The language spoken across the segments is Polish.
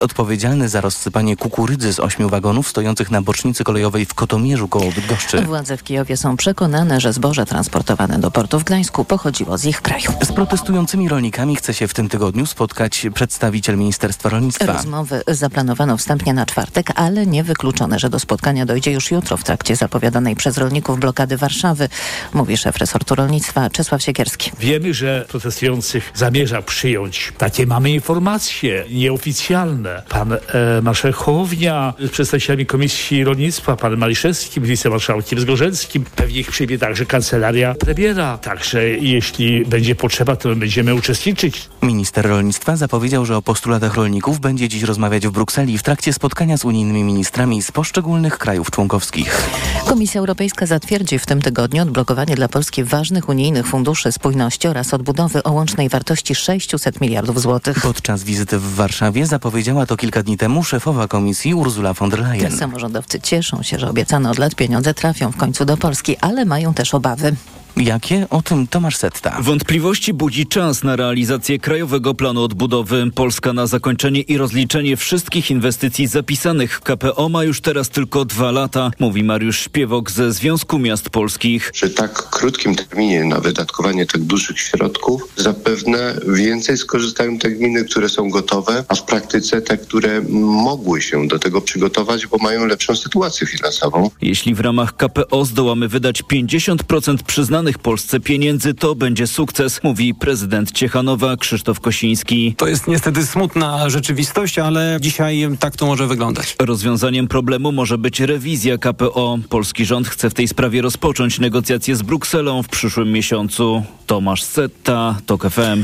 odpowiedzialny za rozsypanie kukurydzy z 8 wagonów stojących na bocznicy kolejowej w Kotomierzu koło Bydgoszczy. Władze w Kijowie są przekonane, że zboże transportowane do portu w Gdańsku pochodziło z ich kraju. Z protestującymi rolnikami chce się w tym tygodniu spotkać przedstawiciel Ministerstwa Rolnictwa. Rozmowy zaplanowano wstępnie na czwartek, ale niewykluczone, że do spotkania dojdzie już jutro w trakcie zapowiadanej przez rolników blokady Warszawy, mówi szef resortu rolnictwa Czesław Siekierski. Wiemy, że protestujących zamierza przyjąć. Takie mamy informacje nieoficjalne. Pan marszałek Hołownia z przedstawicielami Komisji Rolnictwa, panem Maliszewskim, wicemarszałkiem Zgorzelskim. Pewnie ich przyjmie także kancelaria premiera. Także jeśli będzie potrzeba, to będziemy uczestniczyć. Minister rolnictwa zapowiedział, że o postulatach rolników będzie dziś rozmawiać w Brukseli w trakcie spotkania z unijnymi ministrami z poszczególnych krajów członkowskich. Komisja Europejska zatwierdzi w tym tygodniu odblokowanie dla Polski ważnych unijnych funduszy spójności oraz odbudowy o łącznej wartości 600 miliardów złotych. Podczas wizyty w Warszawie zapowiedziała to kilka dni temu szefowa Komisji Ursula von der Leyen. Samorządowcy cieszą się, że obiecane od lat pieniądze trafią w końcu do Polski, ale mają też obawy. Jakie? O tym Tomasz Setta. Wątpliwości budzi czas na realizację Krajowego Planu Odbudowy. Polska na zakończenie i rozliczenie wszystkich inwestycji zapisanych w KPO ma już teraz tylko 2 lata, mówi Mariusz Śpiewok ze Związku Miast Polskich. Przy tak krótkim terminie na wydatkowanie tak dużych środków zapewne więcej skorzystają te gminy, które są gotowe, a w praktyce te, które mogły się do tego przygotować, bo mają lepszą sytuację finansową. Jeśli w ramach KPO zdołamy wydać 50% przyznanych Polsce pieniędzy, to będzie sukces, mówi prezydent Ciechanowa Krzysztof Kosiński. To jest niestety smutna rzeczywistość, ale dzisiaj tak to może wyglądać. Rozwiązaniem problemu może być rewizja KPO. Polski rząd chce w tej sprawie rozpocząć negocjacje z Brukselą w przyszłym miesiącu. Tomasz Setta, TOK FM.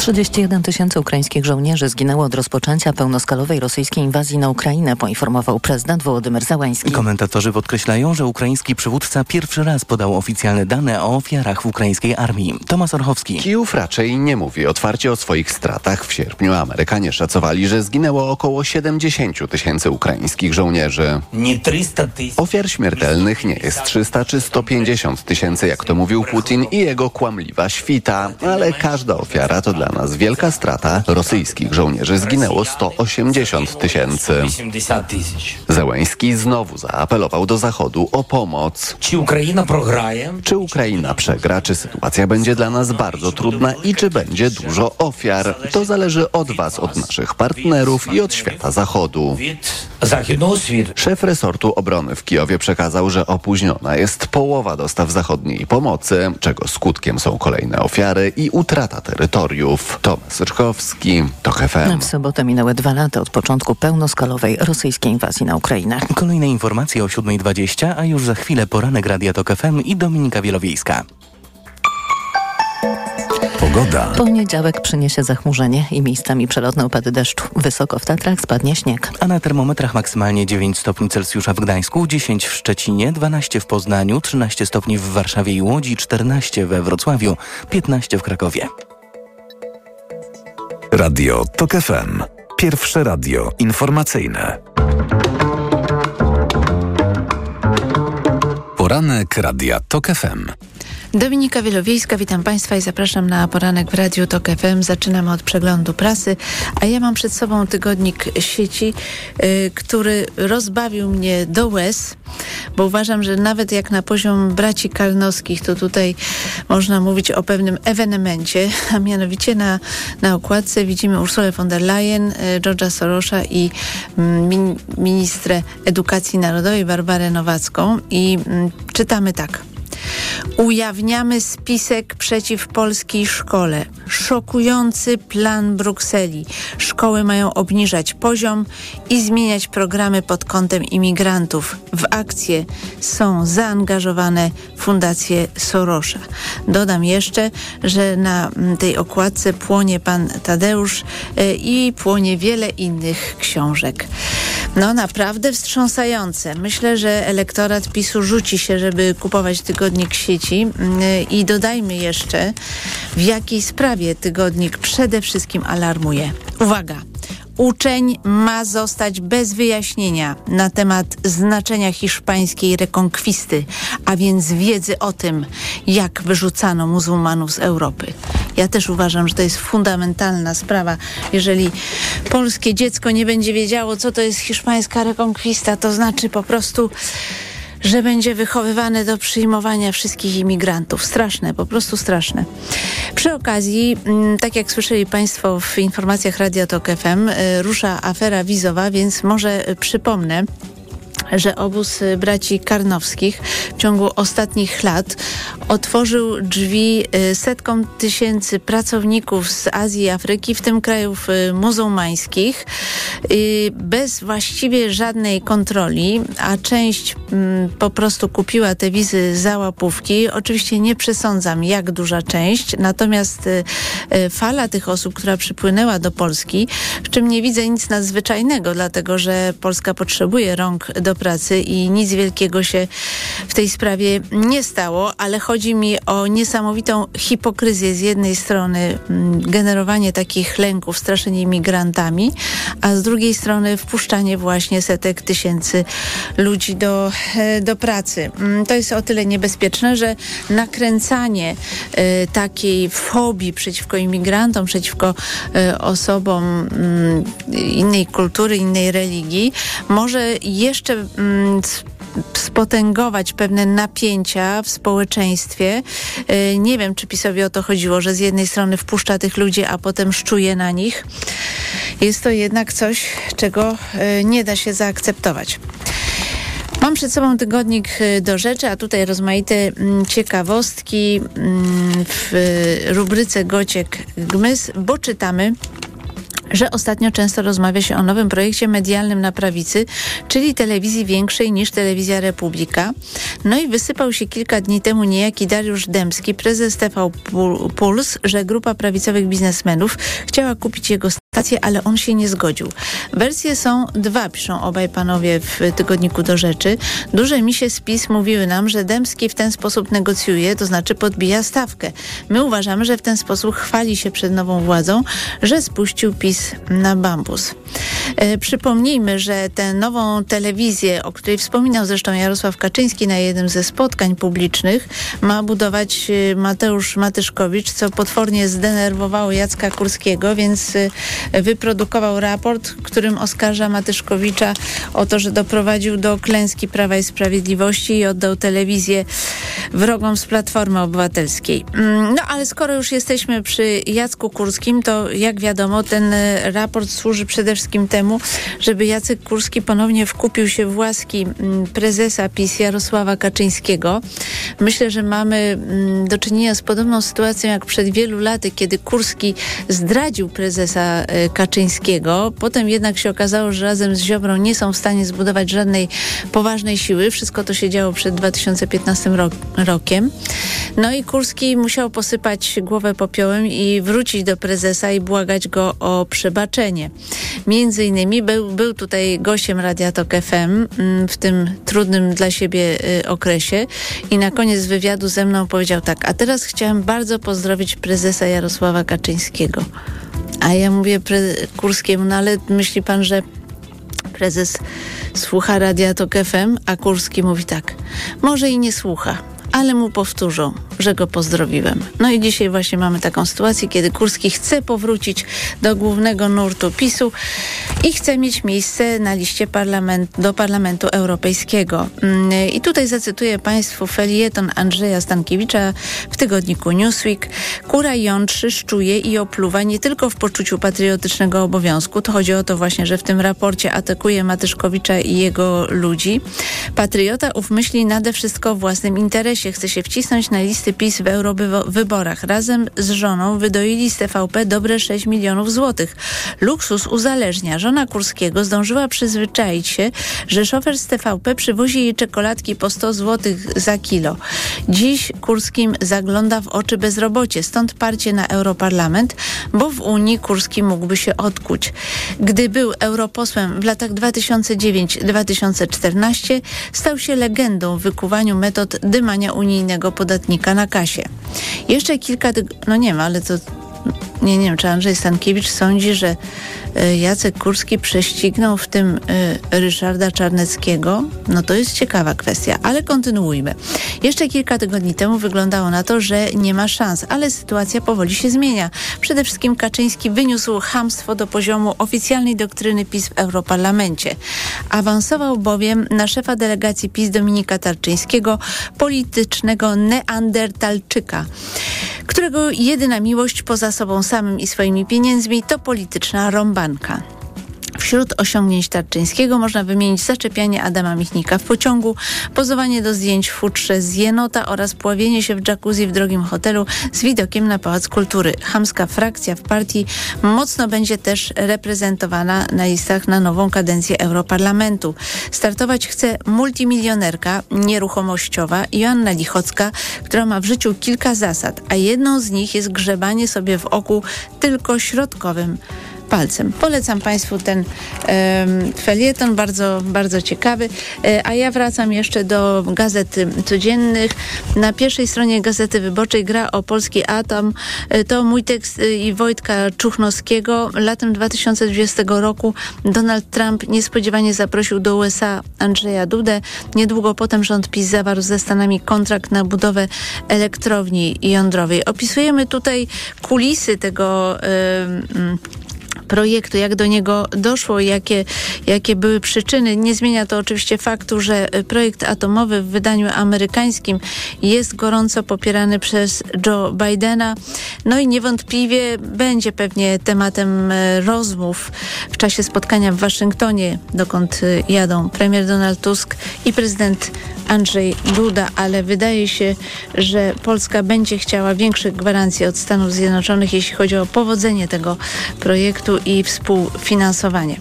31 000 ukraińskich żołnierzy zginęło od rozpoczęcia pełnoskalowej rosyjskiej inwazji na Ukrainę, poinformował prezydent Wołodymyr Zełański. Komentatorzy podkreślają, że ukraiński przywódca pierwszy raz podał oficjalne dane o ofiarach w ukraińskiej armii. Tomasz Orchowski. Kijów raczej nie mówi otwarcie o swoich stratach. W sierpniu Amerykanie szacowali, że zginęło około 70 000 ukraińskich żołnierzy. Ofiar śmiertelnych nie jest 300 czy 150 000, jak to mówił Putin i jego kłamliwa świta, ale każda ofiara to dla nas wielka strata. Rosyjskich żołnierzy zginęło 180 000. Zełenski znowu zaapelował do Zachodu o pomoc. Czy Ukraina przegra, czy sytuacja będzie dla nas bardzo trudna i czy będzie dużo ofiar? To zależy od was, od naszych partnerów i od świata Zachodu. Szef resortu obrony w Kijowie przekazał, że opóźniona jest połowa dostaw zachodniej pomocy, czego skutkiem są kolejne ofiary i utrata terytoriów. Tomasz Ryczkowski, TOK FM. W sobotę minęły 2 lata od początku pełnoskalowej rosyjskiej inwazji na Ukrainę. Kolejne informacje o 7:20, a już za chwilę poranek Radia TOK FM i Dominika Wielowiejska. Pogoda. Poniedziałek przyniesie zachmurzenie i miejscami przelotne opady deszczu. Wysoko w Tatrach spadnie śnieg. A na termometrach maksymalnie 9 stopni Celsjusza w Gdańsku, 10 w Szczecinie, 12 w Poznaniu, 13 stopni w Warszawie i Łodzi, 14 we Wrocławiu, 15 w Krakowie. Radio TOK FM. Pierwsze radio informacyjne. Poranek Radia TOK FM. Dominika Wielowiejska, witam Państwa i zapraszam na poranek w Radiu TOK FM. Zaczynamy od przeglądu prasy, a ja mam przed sobą tygodnik sieci, który rozbawił mnie do łez, bo uważam, że nawet jak na poziom braci Kalnowskich, to tutaj można mówić o pewnym ewenemencie, a mianowicie na okładce widzimy Ursulę von der Leyen, George'a Sorosa i ministrę edukacji narodowej Barbarę Nowacką i czytamy tak. Ujawniamy spisek przeciw polskiej szkole. Szokujący plan Brukseli. Szkoły mają obniżać poziom i zmieniać programy pod kątem imigrantów. W akcję są zaangażowane fundacje Sorosa. Dodam jeszcze, że na tej okładce płonie pan Tadeusz i płonie wiele innych książek. No naprawdę wstrząsające. Myślę, że elektorat PiS-u rzuci się, żeby kupować tygodnik sieci i dodajmy jeszcze, w jakiej sprawie tygodnik przede wszystkim alarmuje. Uwaga! Uczeń ma zostać bez wyjaśnienia na temat znaczenia hiszpańskiej rekonkwisty, a więc wiedzy o tym, jak wyrzucano muzułmanów z Europy. Ja też uważam, że to jest fundamentalna sprawa. Jeżeli polskie dziecko nie będzie wiedziało, co to jest hiszpańska reconquista, to znaczy po prostu, że będzie wychowywane do przyjmowania wszystkich imigrantów. Straszne, po prostu straszne. Przy okazji, tak jak słyszeli Państwo w informacjach Radia Tok FM, rusza afera wizowa, więc może przypomnę, że obóz braci Karnowskich w ciągu ostatnich lat otworzył drzwi setkom tysięcy pracowników z Azji i Afryki, w tym krajów muzułmańskich, bez właściwie żadnej kontroli, a część po prostu kupiła te wizy za łapówki. Oczywiście nie przesądzam, jak duża część, natomiast fala tych osób, która przypłynęła do Polski, w czym nie widzę nic nadzwyczajnego, dlatego że Polska potrzebuje rąk do pracy i nic wielkiego się w tej sprawie nie stało, ale chodzi mi o niesamowitą hipokryzję. Z jednej strony generowanie takich lęków, straszenie imigrantami, a z drugiej strony wpuszczanie właśnie setek tysięcy ludzi do pracy. To jest o tyle niebezpieczne, że nakręcanie takiej fobii przeciwko imigrantom, przeciwko osobom innej kultury, innej religii może jeszcze spotęgować pewne napięcia w społeczeństwie. Nie wiem, czy PiS-owi o to chodziło, że z jednej strony wpuszcza tych ludzi, a potem szczuje na nich. Jest to jednak coś, czego nie da się zaakceptować. Mam przed sobą tygodnik Do Rzeczy, a tutaj rozmaite ciekawostki w rubryce Gociek Gmys, bo czytamy, że ostatnio często rozmawia się o nowym projekcie medialnym na prawicy, czyli telewizji większej niż Telewizja Republika. No i wysypał się kilka dni temu niejaki Dariusz Dębski, prezes TV Puls, że grupa prawicowych biznesmenów chciała kupić jego stację, ale on się nie zgodził. Wersje są dwa, piszą obaj panowie w tygodniku Do Rzeczy. Duże misie z PiS mówiły nam, że Dębski w ten sposób negocjuje, to znaczy podbija stawkę. My uważamy, że w ten sposób chwali się przed nową władzą, że spuścił PiS na bambus. Przypomnijmy, że tę nową telewizję, o której wspominał zresztą Jarosław Kaczyński na jednym ze spotkań publicznych, ma budować Mateusz Matyszkowicz, co potwornie zdenerwowało Jacka Kurskiego, więc wyprodukował raport, którym oskarża Matyszkowicza o to, że doprowadził do klęski Prawa i Sprawiedliwości i oddał telewizję wrogom z Platformy Obywatelskiej. No ale skoro już jesteśmy przy Jacku Kurskim, to jak wiadomo, ten raport służy przede wszystkim temu, żeby Jacek Kurski ponownie wkupił się w łaski prezesa PiS Jarosława Kaczyńskiego. Myślę, że mamy do czynienia z podobną sytuacją jak przed wielu laty, kiedy Kurski zdradził prezesa Kaczyńskiego. Potem jednak się okazało, że razem z Ziobrą nie są w stanie zbudować żadnej poważnej siły. Wszystko to się działo przed 2015 rokiem. No i Kurski musiał posypać głowę popiołem i wrócić do prezesa i błagać go o przebaczenie. Między innymi był tutaj gościem Radia Tok FM w tym trudnym dla siebie okresie i na koniec wywiadu ze mną powiedział tak: a teraz chciałem bardzo pozdrowić prezesa Jarosława Kaczyńskiego. A ja mówię Kurskiemu, no ale myśli pan, że prezes słucha Radia Tok FM? A Kurski mówi tak: może i nie słucha, ale mu powtórzą, że go pozdrowiłem. No i dzisiaj właśnie mamy taką sytuację, kiedy Kurski chce powrócić do głównego nurtu PiS-u i chce mieć miejsce na liście do Parlamentu Europejskiego. I tutaj zacytuję Państwu felieton Andrzeja Stankiewicza w tygodniku Newsweek. Kura jątrzy, szczuje i opluwa nie tylko w poczuciu patriotycznego obowiązku. To chodzi o to właśnie, że w tym raporcie atakuje Matyszkowicza i jego ludzi. Patriota ów myśli nade wszystko o własnym interesie. Chce się wcisnąć na listy PiS w eurowyborach. Razem z żoną wydoili z TVP dobre 6 milionów złotych. Luksus uzależnia. Żona Kurskiego zdążyła przyzwyczaić się, że szofer z TVP przywozi jej czekoladki po 100 złotych za kilo. Dziś Kurskim zagląda w oczy bezrobocie. Stąd parcie na Europarlament, bo w Unii Kurski mógłby się odkuć. Gdy był europosłem w latach 2009-2014, stał się legendą w wykuwaniu metod dymania unijnego podatnika na kasie. Jeszcze kilka nie wiem, ale to nie wiem, czy Andrzej Stankiewicz sądzi, że Jacek Kurski prześcignął w tym Ryszarda Czarneckiego, no to jest ciekawa kwestia, ale kontynuujmy. Jeszcze kilka tygodni temu wyglądało na to, że nie ma szans, ale sytuacja powoli się zmienia. Przede wszystkim Kaczyński wyniósł chamstwo do poziomu oficjalnej doktryny PiS w Europarlamencie. Awansował bowiem na szefa delegacji PiS Dominika Tarczyńskiego, politycznego neandertalczyka, którego jedyna miłość poza sobą samym i swoimi pieniędzmi to polityczna rąbanka. Wśród osiągnięć Tarczyńskiego można wymienić zaczepianie Adama Michnika w pociągu, pozowanie do zdjęć w futrze z jenota oraz pławienie się w jacuzzi w drogim hotelu z widokiem na Pałac Kultury. Chamska frakcja w partii mocno będzie też reprezentowana na listach na nową kadencję Europarlamentu. Startować chce multimilionerka nieruchomościowa Joanna Lichocka, która ma w życiu kilka zasad, a jedną z nich jest grzebanie sobie w oku tylko środkowym palcem. Polecam Państwu ten felieton, bardzo, bardzo ciekawy. A ja wracam jeszcze do gazet codziennych. Na pierwszej stronie Gazety Wyborczej gra o polski atom. To mój tekst i Wojtka Czuchnowskiego. Latem 2020 roku Donald Trump niespodziewanie zaprosił do USA Andrzeja Dudę. Niedługo potem rząd PiS zawarł ze Stanami kontrakt na budowę elektrowni jądrowej. Opisujemy tutaj kulisy tego projektu, jak do niego doszło, jakie były przyczyny. Nie zmienia to oczywiście faktu, że projekt atomowy w wydaniu amerykańskim jest gorąco popierany przez Joe Bidena. No i niewątpliwie będzie pewnie tematem rozmów w czasie spotkania w Waszyngtonie, dokąd jadą premier Donald Tusk i prezydent Andrzej Duda, ale wydaje się, że Polska będzie chciała większych gwarancji od Stanów Zjednoczonych, jeśli chodzi o powodzenie tego projektu i współfinansowanie.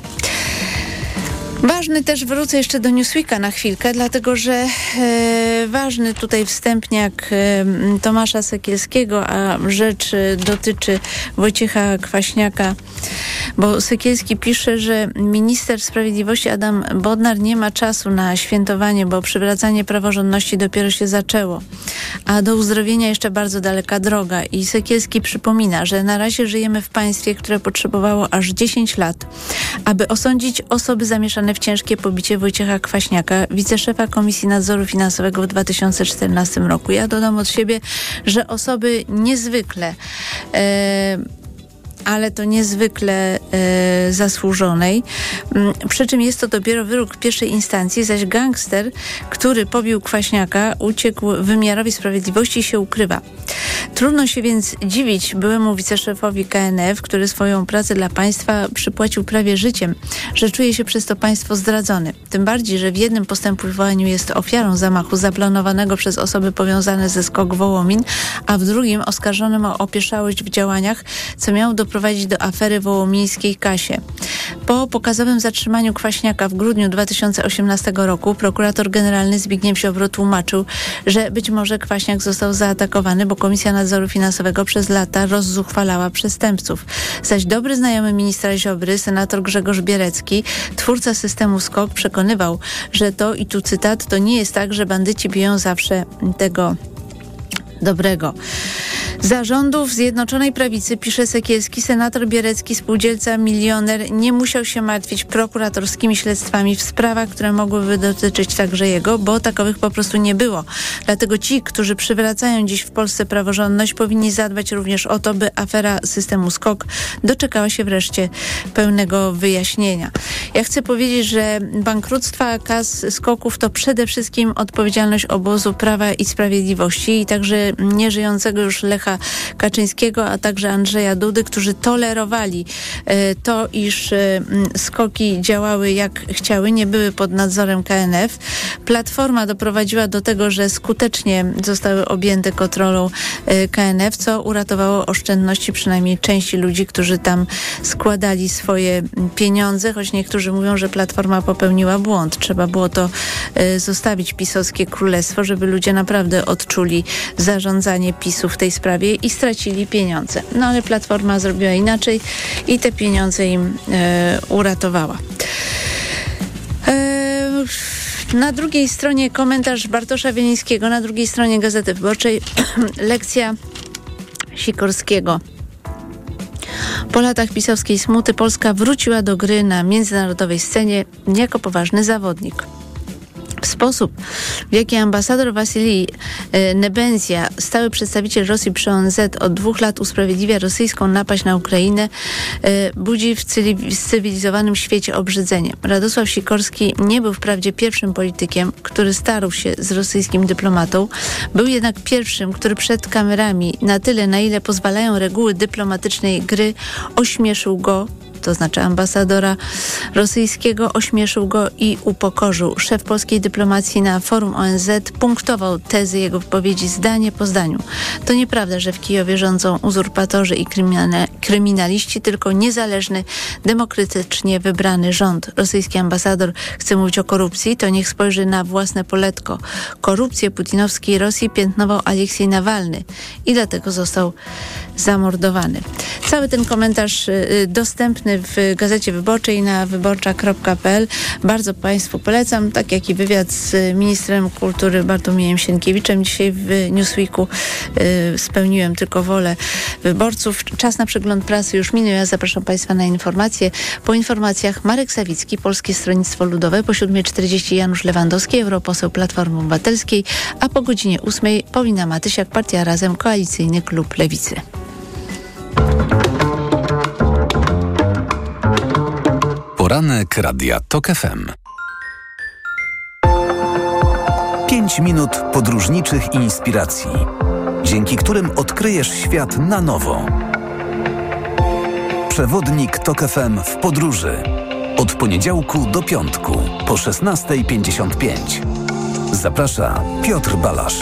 Ważny też, wrócę jeszcze do Newsweeka na chwilkę, dlatego że ważny tutaj wstępniak Tomasza Sekielskiego, a rzecz dotyczy Wojciecha Kwaśniaka, bo Sekielski pisze, że minister sprawiedliwości Adam Bodnar nie ma czasu na świętowanie, bo przywracanie praworządności dopiero się zaczęło, a do uzdrowienia jeszcze bardzo daleka droga. I Sekielski przypomina, że na razie żyjemy w państwie, które potrzebowało aż 10 lat, aby osądzić osoby zamieszane w ciężkie pobicie Wojciecha Kwaśniaka, wiceszefa Komisji Nadzoru Finansowego w 2014 roku. Ja dodam od siebie, że osoby niezwykle ale to niezwykle zasłużonej. Przy czym jest to dopiero wyrok pierwszej instancji, zaś gangster, który pobił Kwaśniaka, uciekł wymiarowi sprawiedliwości i się ukrywa. Trudno się więc dziwić byłemu wiceszefowi KNF, który swoją pracę dla państwa przypłacił prawie życiem, że czuje się przez to państwo zdradzony. Tym bardziej, że w jednym postępowaniu jest ofiarą zamachu zaplanowanego przez osoby powiązane ze SKOK Wołomin, a w drugim oskarżonym o opieszałość w działaniach, co miało doprowadzić do afery wołomińskiej Kasie. Po pokazowym zatrzymaniu Kwaśniaka w grudniu 2018 roku prokurator generalny Zbigniew Ziobro tłumaczył, że być może Kwaśniak został zaatakowany, bo Komisja Nadzoru Finansowego przez lata rozzuchwalała przestępców. Zaś dobry znajomy ministra Ziobry, senator Grzegorz Bierecki, twórca systemu SKOK, przekonywał, że to, i tu cytat, to nie jest tak, że bandyci biją zawsze tego dobrego. Za rządów Zjednoczonej Prawicy, pisze Sekielski, senator Bierecki, spółdzielca, milioner, nie musiał się martwić prokuratorskimi śledztwami w sprawach, które mogłyby dotyczyć także jego, bo takowych po prostu nie było. Dlatego ci, którzy przywracają dziś w Polsce praworządność, powinni zadbać również o to, by afera systemu SKOK doczekała się wreszcie pełnego wyjaśnienia. Ja chcę powiedzieć, że bankructwa kas SKOK-ów to przede wszystkim odpowiedzialność obozu Prawa i Sprawiedliwości i także nieżyjącego już Lecha Kaczyńskiego, a także Andrzeja Dudy, którzy tolerowali to, iż SKOK-i działały jak chciały, nie były pod nadzorem KNF. Platforma doprowadziła do tego, że skutecznie zostały objęte kontrolą KNF, co uratowało oszczędności przynajmniej części ludzi, którzy tam składali swoje pieniądze, choć niektórzy mówią, że Platforma popełniła błąd. Trzeba było to zostawić pisowskie królestwo, żeby ludzie naprawdę odczuli zarządzanie PiS-u w tej sprawie i stracili pieniądze. No ale Platforma zrobiła inaczej i te pieniądze im uratowała. Na drugiej stronie komentarz Bartosza Wielińskiego, na drugiej stronie Gazety Wyborczej lekcja Sikorskiego. Po latach pisowskiej smuty Polska wróciła do gry na międzynarodowej scenie jako poważny zawodnik. Sposób, w jaki ambasador Wasilij Nebenzia, stały przedstawiciel Rosji przy ONZ, od 2 lat usprawiedliwia rosyjską napaść na Ukrainę, budzi w cywilizowanym świecie obrzydzenie. Radosław Sikorski nie był wprawdzie pierwszym politykiem, który starł się z rosyjskim dyplomatą, był jednak pierwszym, który przed kamerami, na tyle, na ile pozwalają reguły dyplomatycznej gry, ośmieszył go, to znaczy ambasadora rosyjskiego, ośmieszył go i upokorzył. Szef polskiej dyplomacji na forum ONZ punktował tezy jego wypowiedzi zdanie po zdaniu. To nieprawda, że w Kijowie rządzą uzurpatorzy i kryminaliści, tylko niezależny, demokratycznie wybrany rząd. Rosyjski ambasador chce mówić o korupcji, to niech spojrzy na własne poletko. Korupcję putinowskiej Rosji piętnował Aleksiej Nawalny i dlatego został zamordowany. Cały ten komentarz dostępny w Gazecie Wyborczej na wyborcza.pl. Bardzo Państwu polecam, tak jak i wywiad z ministrem kultury Bartłomiejem Sienkiewiczem. Dzisiaj w Newsweeku spełniłem tylko wolę wyborców. Czas na przegląd prasy już minął. Ja zapraszam Państwa na informacje. Po informacjach Marek Sawicki, Polskie Stronnictwo Ludowe, po 7:40 Janusz Lewandowski, europoseł Platformy Obywatelskiej, a po godzinie 8 Paulina Matysiak, Partia Razem, Koalicyjny Klub Lewicy. Poranek Radia TOK FM. 5 minut podróżniczych inspiracji, dzięki którym odkryjesz świat na nowo. Przewodnik TOK FM w podróży. Od poniedziałku do piątku po 16:55. Zaprasza Piotr Balasz.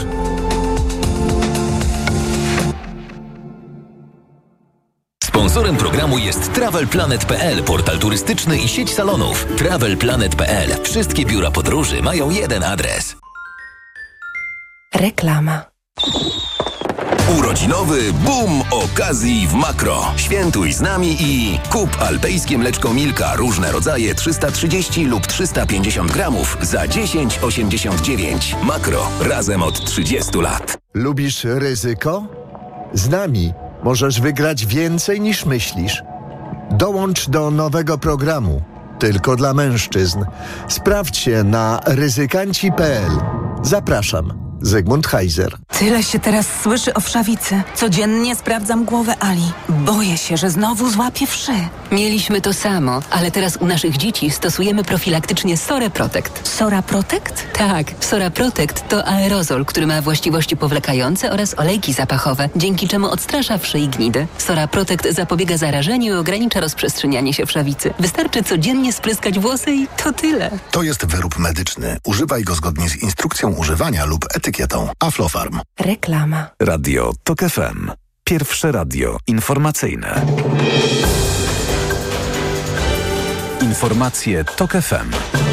Sponsorem programu jest TravelPlanet.pl, portal turystyczny i sieć salonów. TravelPlanet.pl. Wszystkie biura podróży mają jeden adres. Reklama. Urodzinowy boom okazji w Makro. Świętuj z nami i kup alpejskie mleczko Milka, różne rodzaje, 330 lub 350 gramów za 10,89. Makro. Razem od 30 lat. Lubisz ryzyko? Z nami możesz wygrać więcej niż myślisz. Dołącz do nowego programu. Tylko dla mężczyzn. Sprawdź się na ryzykanci.pl. Zapraszam. Zygmunt Heiser. Tyle się teraz słyszy o wszawicy. Codziennie sprawdzam głowę Ali. Boję się, że znowu złapie wszy. Mieliśmy to samo, ale teraz u naszych dzieci stosujemy profilaktycznie Sora Protect. Sora Protect? Tak, Sora Protect to aerozol, który ma właściwości powlekające oraz olejki zapachowe, dzięki czemu odstrasza wszy i gnidy. Sora Protect zapobiega zarażeniu i ogranicza rozprzestrzenianie się wszawicy. Wystarczy codziennie spryskać włosy i to tyle. To jest wyrób medyczny. Używaj go zgodnie z instrukcją używania lub etykietą. Aflofarm. Reklama. Radio TOK FM. Pierwsze radio informacyjne. Informacje TOK FM.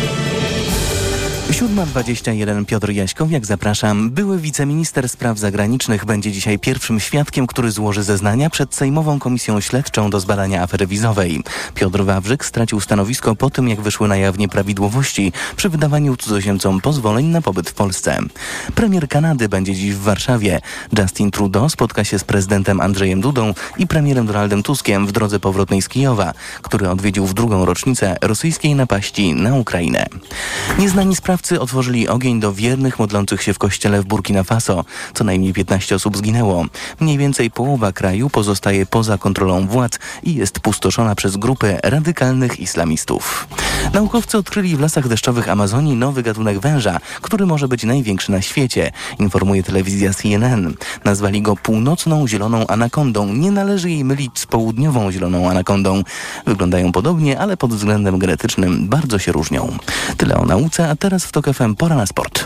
7:21 Piotr Jaśkowiak, zapraszam. Były wiceminister spraw zagranicznych będzie dzisiaj pierwszym świadkiem, który złoży zeznania przed Sejmową Komisją Śledczą do zbadania afery wizowej. Piotr Wawrzyk stracił stanowisko po tym, jak wyszły na jaw nieprawidłowości przy wydawaniu cudzoziemcom pozwoleń na pobyt w Polsce. Premier Kanady będzie dziś w Warszawie. Justin Trudeau spotka się z prezydentem Andrzejem Dudą i premierem Donaldem Tuskiem w drodze powrotnej z Kijowa, który odwiedził w 2. rocznicę rosyjskiej napaści na Ukrainę. Nieznani sprawcy otworzyli ogień do wiernych modlących się w kościele w Burkina Faso. Co najmniej 15 osób zginęło. Mniej więcej połowa kraju pozostaje poza kontrolą władz i jest pustoszona przez grupy radykalnych islamistów. Naukowcy odkryli w lasach deszczowych Amazonii nowy gatunek węża, który może być największy na świecie, informuje telewizja CNN. Nazwali go północną zieloną anakondą. Nie należy jej mylić z południową zieloną anakondą. Wyglądają podobnie, ale pod względem genetycznym bardzo się różnią. Tyle o nauce, a teraz w TOK FM pora na sport.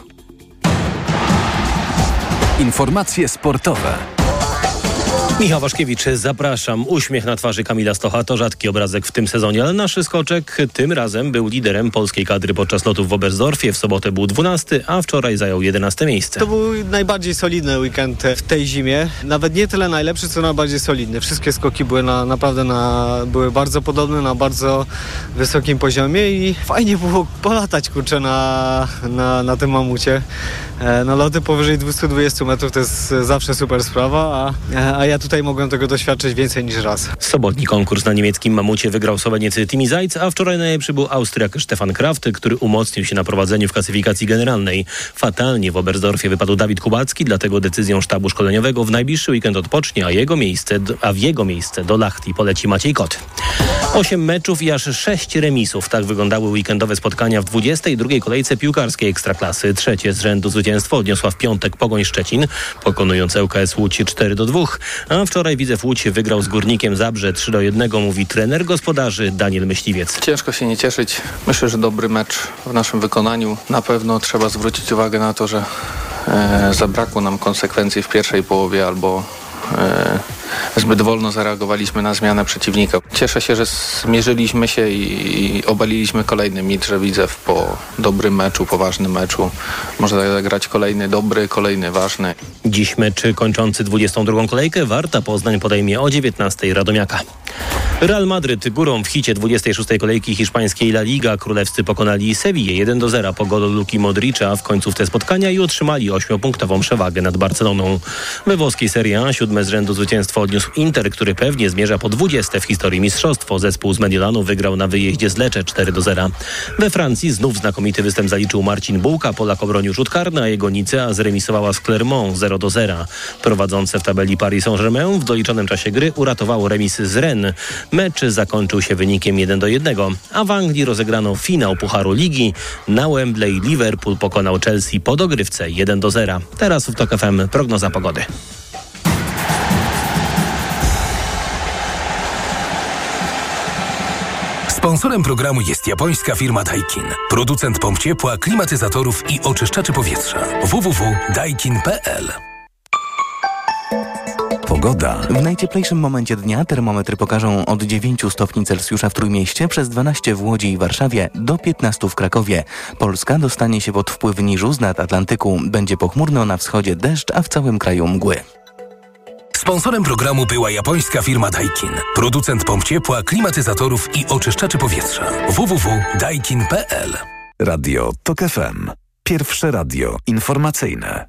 Informacje sportowe. Michał Waszkiewicz, zapraszam. Uśmiech na twarzy Kamila Stocha to rzadki obrazek w tym sezonie, ale nasz skoczek tym razem był liderem polskiej kadry podczas lotów w Oberstdorfie. W sobotę był 12, a wczoraj zajął 11 miejsce. To był najbardziej solidny weekend w tej zimie. Nawet nie tyle najlepszy, co najbardziej solidny. Wszystkie skoki były były bardzo podobne, na bardzo wysokim poziomie i fajnie było polatać, kurczę, na tym mamucie. Loty powyżej 220 metrów to jest zawsze super sprawa, a ja tutaj mogłem tego doświadczyć więcej niż raz. Sobotni konkurs na niemieckim mamucie wygrał Słoweniec Timi Zajc, a wczoraj najlepszy był Austriak Stefan Kraft, który umocnił się na prowadzeniu w klasyfikacji generalnej. Fatalnie w Oberstdorfie wypadł Dawid Kubacki, dlatego decyzją sztabu szkoleniowego w najbliższy weekend odpocznie, a w jego miejsce do Lahti poleci Maciej Kot. 8 meczów i aż 6 remisów. Tak wyglądały weekendowe spotkania w 22. kolejce piłkarskiej Ekstraklasy. Trzecie z rzędu zwycięstwo odniosła w piątek Pogoń Szczecin, pokonując ŁKS Łódź 4-2. A wczoraj Widzew Łódź wygrał z Górnikiem Zabrze 3-1, mówi trener gospodarzy Daniel Myśliwiec. Ciężko się nie cieszyć. Myślę, że dobry mecz w naszym wykonaniu. Na pewno trzeba zwrócić uwagę na to, że zabrakło nam konsekwencji w pierwszej połowie albo zbyt wolno zareagowaliśmy na zmianę przeciwnika. Cieszę się, że zmierzyliśmy się i obaliliśmy kolejny mit, że Widzew po dobrym meczu, poważnym meczu może zagrać kolejny dobry, kolejny ważny. Dziś mecz kończący 22. kolejkę Warta Poznań podejmie o 19:00 Radomiaka. Real Madryt górą w hicie 26. kolejki hiszpańskiej La Liga. Królewscy pokonali Sewillę 1-0 po golu Luki Modricza w końcówce spotkania i otrzymali 8-punktową przewagę nad Barceloną. We włoskiej Serie A 7. z rzędu zwycięstwo odniósł Inter, który pewnie zmierza po 20. w historii mistrzostwo. Zespół z Mediolanu wygrał na wyjeździe z Lecce 4-0. We Francji znów znakomity występ zaliczył Marcin Bułka. Polak obronił rzut karny, a jego Nicea zremisowała z Clermont 0-0. Prowadzące w tabeli Paris Saint-Germain w doliczonym czasie gry uratowało remis z Rennes. Mecz zakończył się wynikiem 1-1, a w Anglii rozegrano finał Pucharu Ligi. Na Wembley Liverpool pokonał Chelsea po dogrywce 1-0. Teraz w TOK FM prognoza pogody. Sponsorem programu jest japońska firma Daikin. Producent pomp ciepła, klimatyzatorów i oczyszczaczy powietrza. www.daikin.pl. Pogoda. W najcieplejszym momencie dnia termometry pokażą od 9 stopni Celsjusza w Trójmieście, przez 12 w Łodzi i Warszawie, do 15 w Krakowie. Polska dostanie się pod wpływ niżu z nad Atlantyku. Będzie pochmurno, na wschodzie deszcz, a w całym kraju mgły. Sponsorem programu była japońska firma Daikin. Producent pomp ciepła, klimatyzatorów i oczyszczaczy powietrza. www.daikin.pl. Radio TOK FM. Pierwsze radio informacyjne.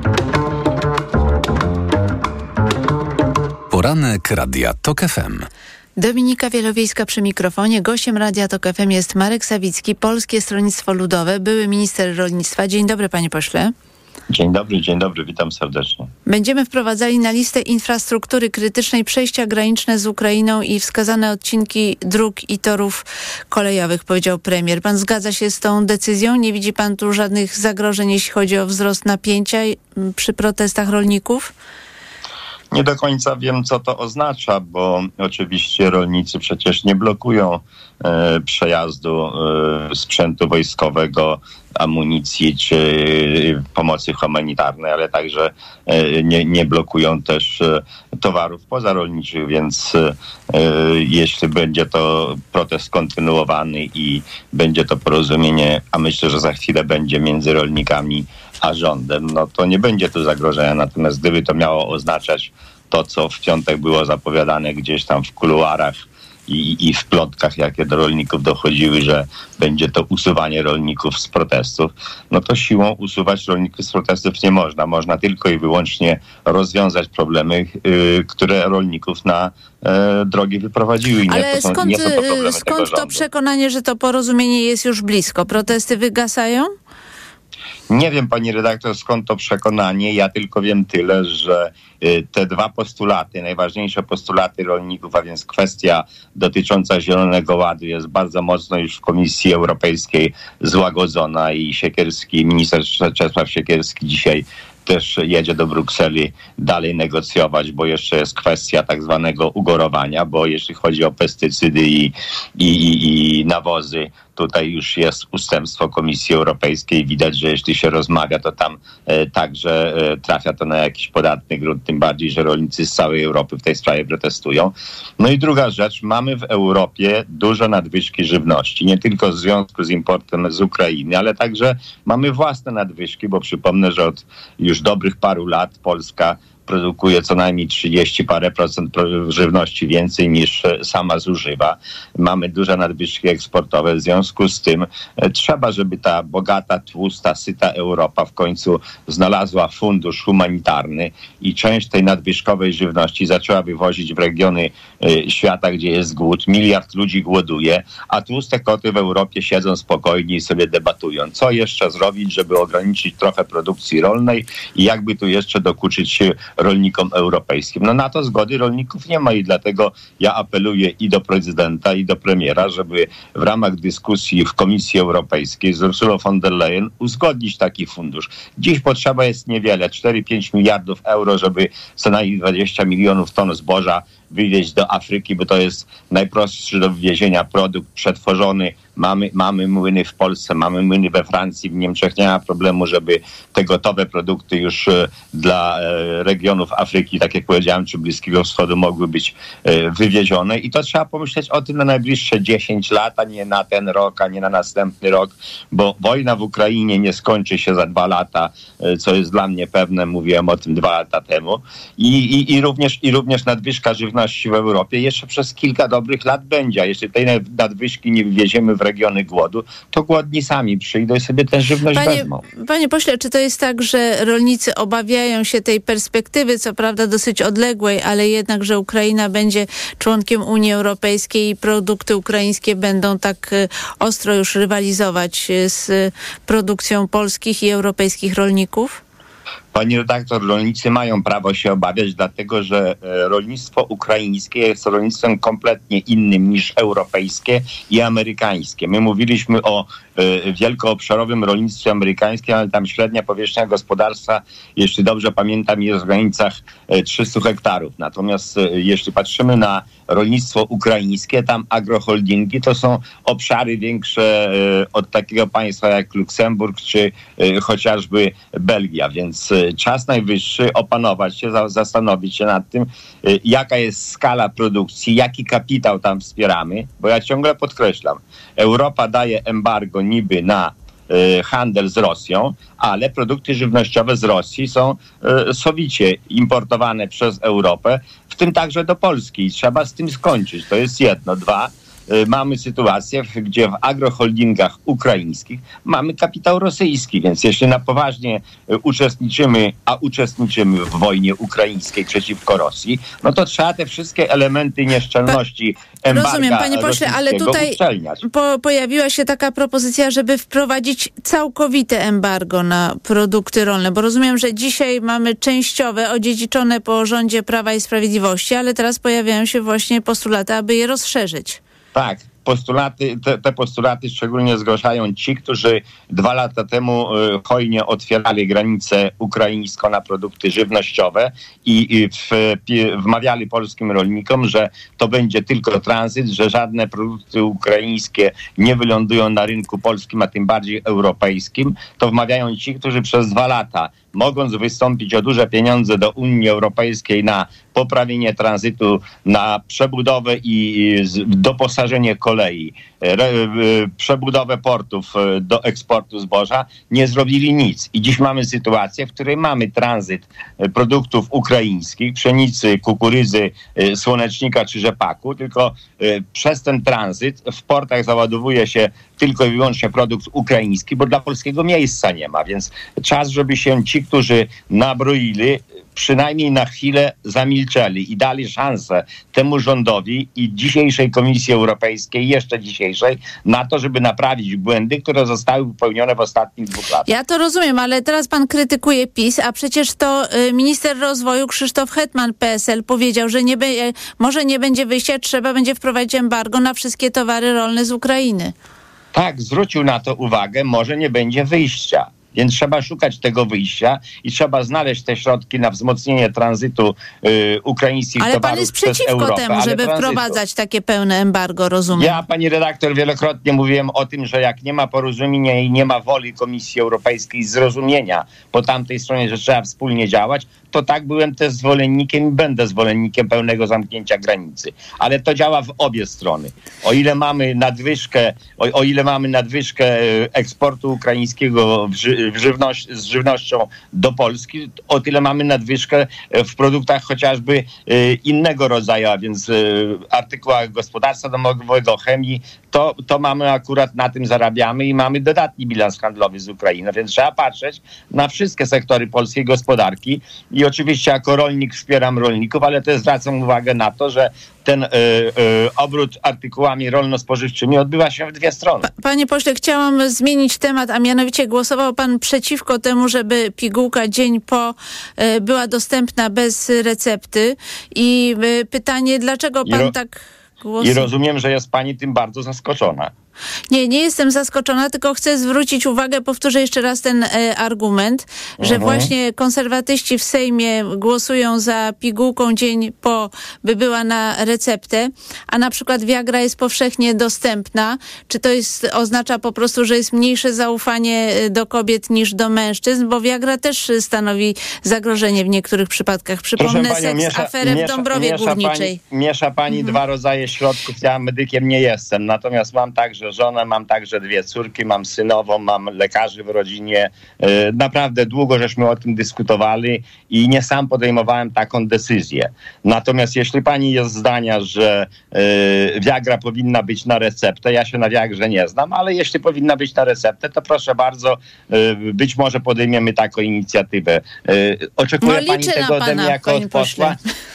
Poranek Radia TOK FM. Dominika Wielowiejska przy mikrofonie. Gościem Radia TOK FM jest Marek Sawicki, Polskie Stronnictwo Ludowe, były minister rolnictwa. Dzień dobry, panie pośle. Dzień dobry, witam serdecznie. Będziemy wprowadzali na listę infrastruktury krytycznej przejścia graniczne z Ukrainą i wskazane odcinki dróg i torów kolejowych, powiedział premier. Pan zgadza się z tą decyzją? Nie widzi pan tu żadnych zagrożeń, jeśli chodzi o wzrost napięcia przy protestach rolników? Nie do końca wiem, co to oznacza, bo oczywiście rolnicy przecież nie blokują przejazdu sprzętu wojskowego, amunicji czy pomocy humanitarnej, ale także nie blokują też towarów pozarolniczych, więc jeśli będzie to protest kontynuowany i będzie to porozumienie, a myślę, że za chwilę będzie między rolnikami a rządem, no to nie będzie tu zagrożenia. Natomiast gdyby to miało oznaczać to, co w piątek było zapowiadane gdzieś tam w kuluarach i w plotkach, jakie do rolników dochodziły, że będzie to usuwanie rolników z protestów, no to siłą usuwać rolników z protestów nie można. Można tylko i wyłącznie rozwiązać problemy, które rolników na drogi wyprowadziły. Ale skąd to przekonanie, że to porozumienie jest już blisko? Protesty wygasają? Nie wiem, pani redaktor, skąd to przekonanie. Ja tylko wiem tyle, że te dwa postulaty, najważniejsze postulaty rolników, a więc kwestia dotycząca Zielonego Ładu jest bardzo mocno już w Komisji Europejskiej złagodzona i minister Czesław Siekierski dzisiaj też jedzie do Brukseli dalej negocjować, bo jeszcze jest kwestia tak zwanego ugorowania, bo jeśli chodzi o pestycydy i nawozy, tutaj już jest ustępstwo Komisji Europejskiej. Widać, że jeśli się rozmawia, to tam także trafia to na jakiś podatny grunt, tym bardziej, że rolnicy z całej Europy w tej sprawie protestują. No i druga rzecz, mamy w Europie dużo nadwyżki żywności, nie tylko w związku z importem z Ukrainy, ale także mamy własne nadwyżki, bo przypomnę, że od już dobrych paru lat Polska produkuje co najmniej 30 parę procent żywności więcej niż sama zużywa. Mamy duże nadwyżki eksportowe. W związku z tym trzeba, żeby ta bogata, tłusta, syta Europa w końcu znalazła fundusz humanitarny i część tej nadwyżkowej żywności zaczęła wywozić w regiony świata, gdzie jest głód. 1 miliard ludzi głoduje, a tłuste koty w Europie siedzą spokojnie i sobie debatują, co jeszcze zrobić, żeby ograniczyć trochę produkcji rolnej i jakby tu jeszcze dokuczyć rolnikom europejskim. No na to zgody rolników nie ma i dlatego ja apeluję i do prezydenta, i do premiera, żeby w ramach dyskusji w Komisji Europejskiej z Ursulą von der Leyen uzgodnić taki fundusz. Dziś potrzeba jest niewiele, 4-5 miliardów euro, żeby co najmniej 20 milionów ton zboża wywieźć do Afryki, bo to jest najprostszy do wywiezienia produkt przetworzony. Mamy młyny w Polsce, mamy młyny we Francji, w Niemczech. Nie ma problemu, żeby te gotowe produkty już dla regionów Afryki, tak jak powiedziałem, czy Bliskiego Wschodu mogły być wywiezione. I to trzeba pomyśleć o tym na najbliższe 10 lat, a nie na ten rok, a nie na następny rok, bo wojna w Ukrainie nie skończy się za 2 lata, co jest dla mnie pewne. Mówiłem o tym 2 lata temu. I również nadwyżka żywności w Europie jeszcze przez kilka dobrych lat będzie. A jeśli tej nadwyżki nie wywieziemy w regiony głodu, to głodni sami przyjdą i sobie tę żywność wezmą. Panie pośle, czy to jest tak, że rolnicy obawiają się tej perspektywy, co prawda dosyć odległej, ale jednak, że Ukraina będzie członkiem Unii Europejskiej i produkty ukraińskie będą tak ostro już rywalizować z produkcją polskich i europejskich rolników? Pani redaktor, rolnicy mają prawo się obawiać, dlatego że rolnictwo ukraińskie jest rolnictwem kompletnie innym niż europejskie i amerykańskie. My mówiliśmy o wielkoobszarowym rolnictwie amerykańskim, ale tam średnia powierzchnia gospodarstwa, jeśli dobrze pamiętam, jest w granicach 300 hektarów. Natomiast jeśli patrzymy na rolnictwo ukraińskie, tam agroholdingi to są obszary większe od takiego państwa jak Luksemburg czy chociażby Belgia, więc czas najwyższy opanować się, zastanowić się nad tym, jaka jest skala produkcji, jaki kapitał tam wspieramy, bo ja ciągle podkreślam, Europa daje embargo niby na handel z Rosją, ale produkty żywnościowe z Rosji są sowicie importowane przez Europę, w tym także do Polski i trzeba z tym skończyć. To jest jedno. 2. Mamy sytuację, gdzie w agroholdingach ukraińskich mamy kapitał rosyjski, więc jeśli na poważnie uczestniczymy w wojnie ukraińskiej przeciwko Rosji, no to trzeba te wszystkie elementy nieszczelności embarga rozumiem, panie pośle, ale tutaj pojawiła się taka propozycja, żeby wprowadzić całkowite embargo na produkty rolne, bo rozumiem, że dzisiaj mamy częściowe, odziedziczone po rządzie Prawa i Sprawiedliwości, ale teraz pojawiają się właśnie postulaty, aby je rozszerzyć. Tak, te postulaty szczególnie zgłaszają ci, którzy 2 lata temu hojnie otwierali granicę ukraińską na produkty żywnościowe i wmawiali polskim rolnikom, że to będzie tylko tranzyt, że żadne produkty ukraińskie nie wylądują na rynku polskim, a tym bardziej europejskim. To wmawiają ci, którzy przez 2 lata, mogąc wystąpić o duże pieniądze do Unii Europejskiej na poprawienie tranzytu, na przebudowę i doposażenie kolei, przebudowę portów do eksportu zboża, nie zrobili nic. I dziś mamy sytuację, w której mamy tranzyt produktów ukraińskich, pszenicy, kukurydzy, słonecznika czy rzepaku, tylko przez ten tranzyt w portach załadowuje się tylko i wyłącznie produkt ukraiński, bo dla polskiego miejsca nie ma. Więc czas, żeby się ci, którzy nabroili, przynajmniej na chwilę zamilczeli i dali szansę temu rządowi i dzisiejszej Komisji Europejskiej, jeszcze dzisiejszej, na to, żeby naprawić błędy, które zostały popełnione w ostatnich 2 latach. Ja to rozumiem, ale teraz pan krytykuje PiS, a przecież to minister rozwoju Krzysztof Hetman, PSL, powiedział, że może nie będzie wyjścia, trzeba będzie wprowadzić embargo na wszystkie towary rolne z Ukrainy. Tak, zwrócił na to uwagę, może nie będzie wyjścia. Więc trzeba szukać tego wyjścia i trzeba znaleźć te środki na wzmocnienie tranzytu ukraińskich towarów. Ale pan jest przeciwko Europę, temu, żeby wprowadzać takie pełne embargo, rozumiem. Ja, pani redaktor, wielokrotnie mówiłem o tym, że jak nie ma porozumienia i nie ma woli Komisji Europejskiej zrozumienia po tamtej stronie, że trzeba wspólnie działać, to tak byłem też zwolennikiem i będę zwolennikiem pełnego zamknięcia granicy. Ale to działa w obie strony. O ile mamy nadwyżkę eksportu ukraińskiego z żywnością do Polski, o tyle mamy nadwyżkę w produktach chociażby innego rodzaju, a więc artykułach gospodarstwa domowego, chemii. To mamy akurat, na tym zarabiamy i mamy dodatni bilans handlowy z Ukrainą, więc trzeba patrzeć na wszystkie sektory polskiej gospodarki i oczywiście jako rolnik wspieram rolników, ale też zwracam uwagę na to, że ten obrót artykułami rolno-spożywczymi odbywa się w dwie strony. Panie pośle, chciałam zmienić temat, a mianowicie głosował pan przeciwko temu, żeby pigułka dzień po była dostępna bez recepty i pytanie, dlaczego pan tak głosuje? I rozumiem, że jest pani tym bardzo zaskoczona. Nie jestem zaskoczona, tylko chcę zwrócić uwagę, powtórzę jeszcze raz ten argument, że właśnie konserwatyści w Sejmie głosują za pigułką dzień po, by była na receptę, a na przykład Viagra jest powszechnie dostępna. Czy to oznacza po prostu, że jest mniejsze zaufanie do kobiet niż do mężczyzn? Bo Viagra też stanowi zagrożenie w niektórych przypadkach. Przypomnę aferę w Dąbrowie Górniczej. Miesza pani dwa rodzaje środków. Ja medykiem nie jestem, natomiast mam także żonę, mam także 2 córki, mam synową, mam lekarzy w rodzinie. Naprawdę długo żeśmy o tym dyskutowali i nie sam podejmowałem taką decyzję. Natomiast jeśli pani jest zdania, że Viagra powinna być na receptę, ja się na Viagrze nie znam, ale jeśli powinna być na receptę, to proszę bardzo, być może podejmiemy taką inicjatywę. Oczekuje pani tego ode mnie jako od posła?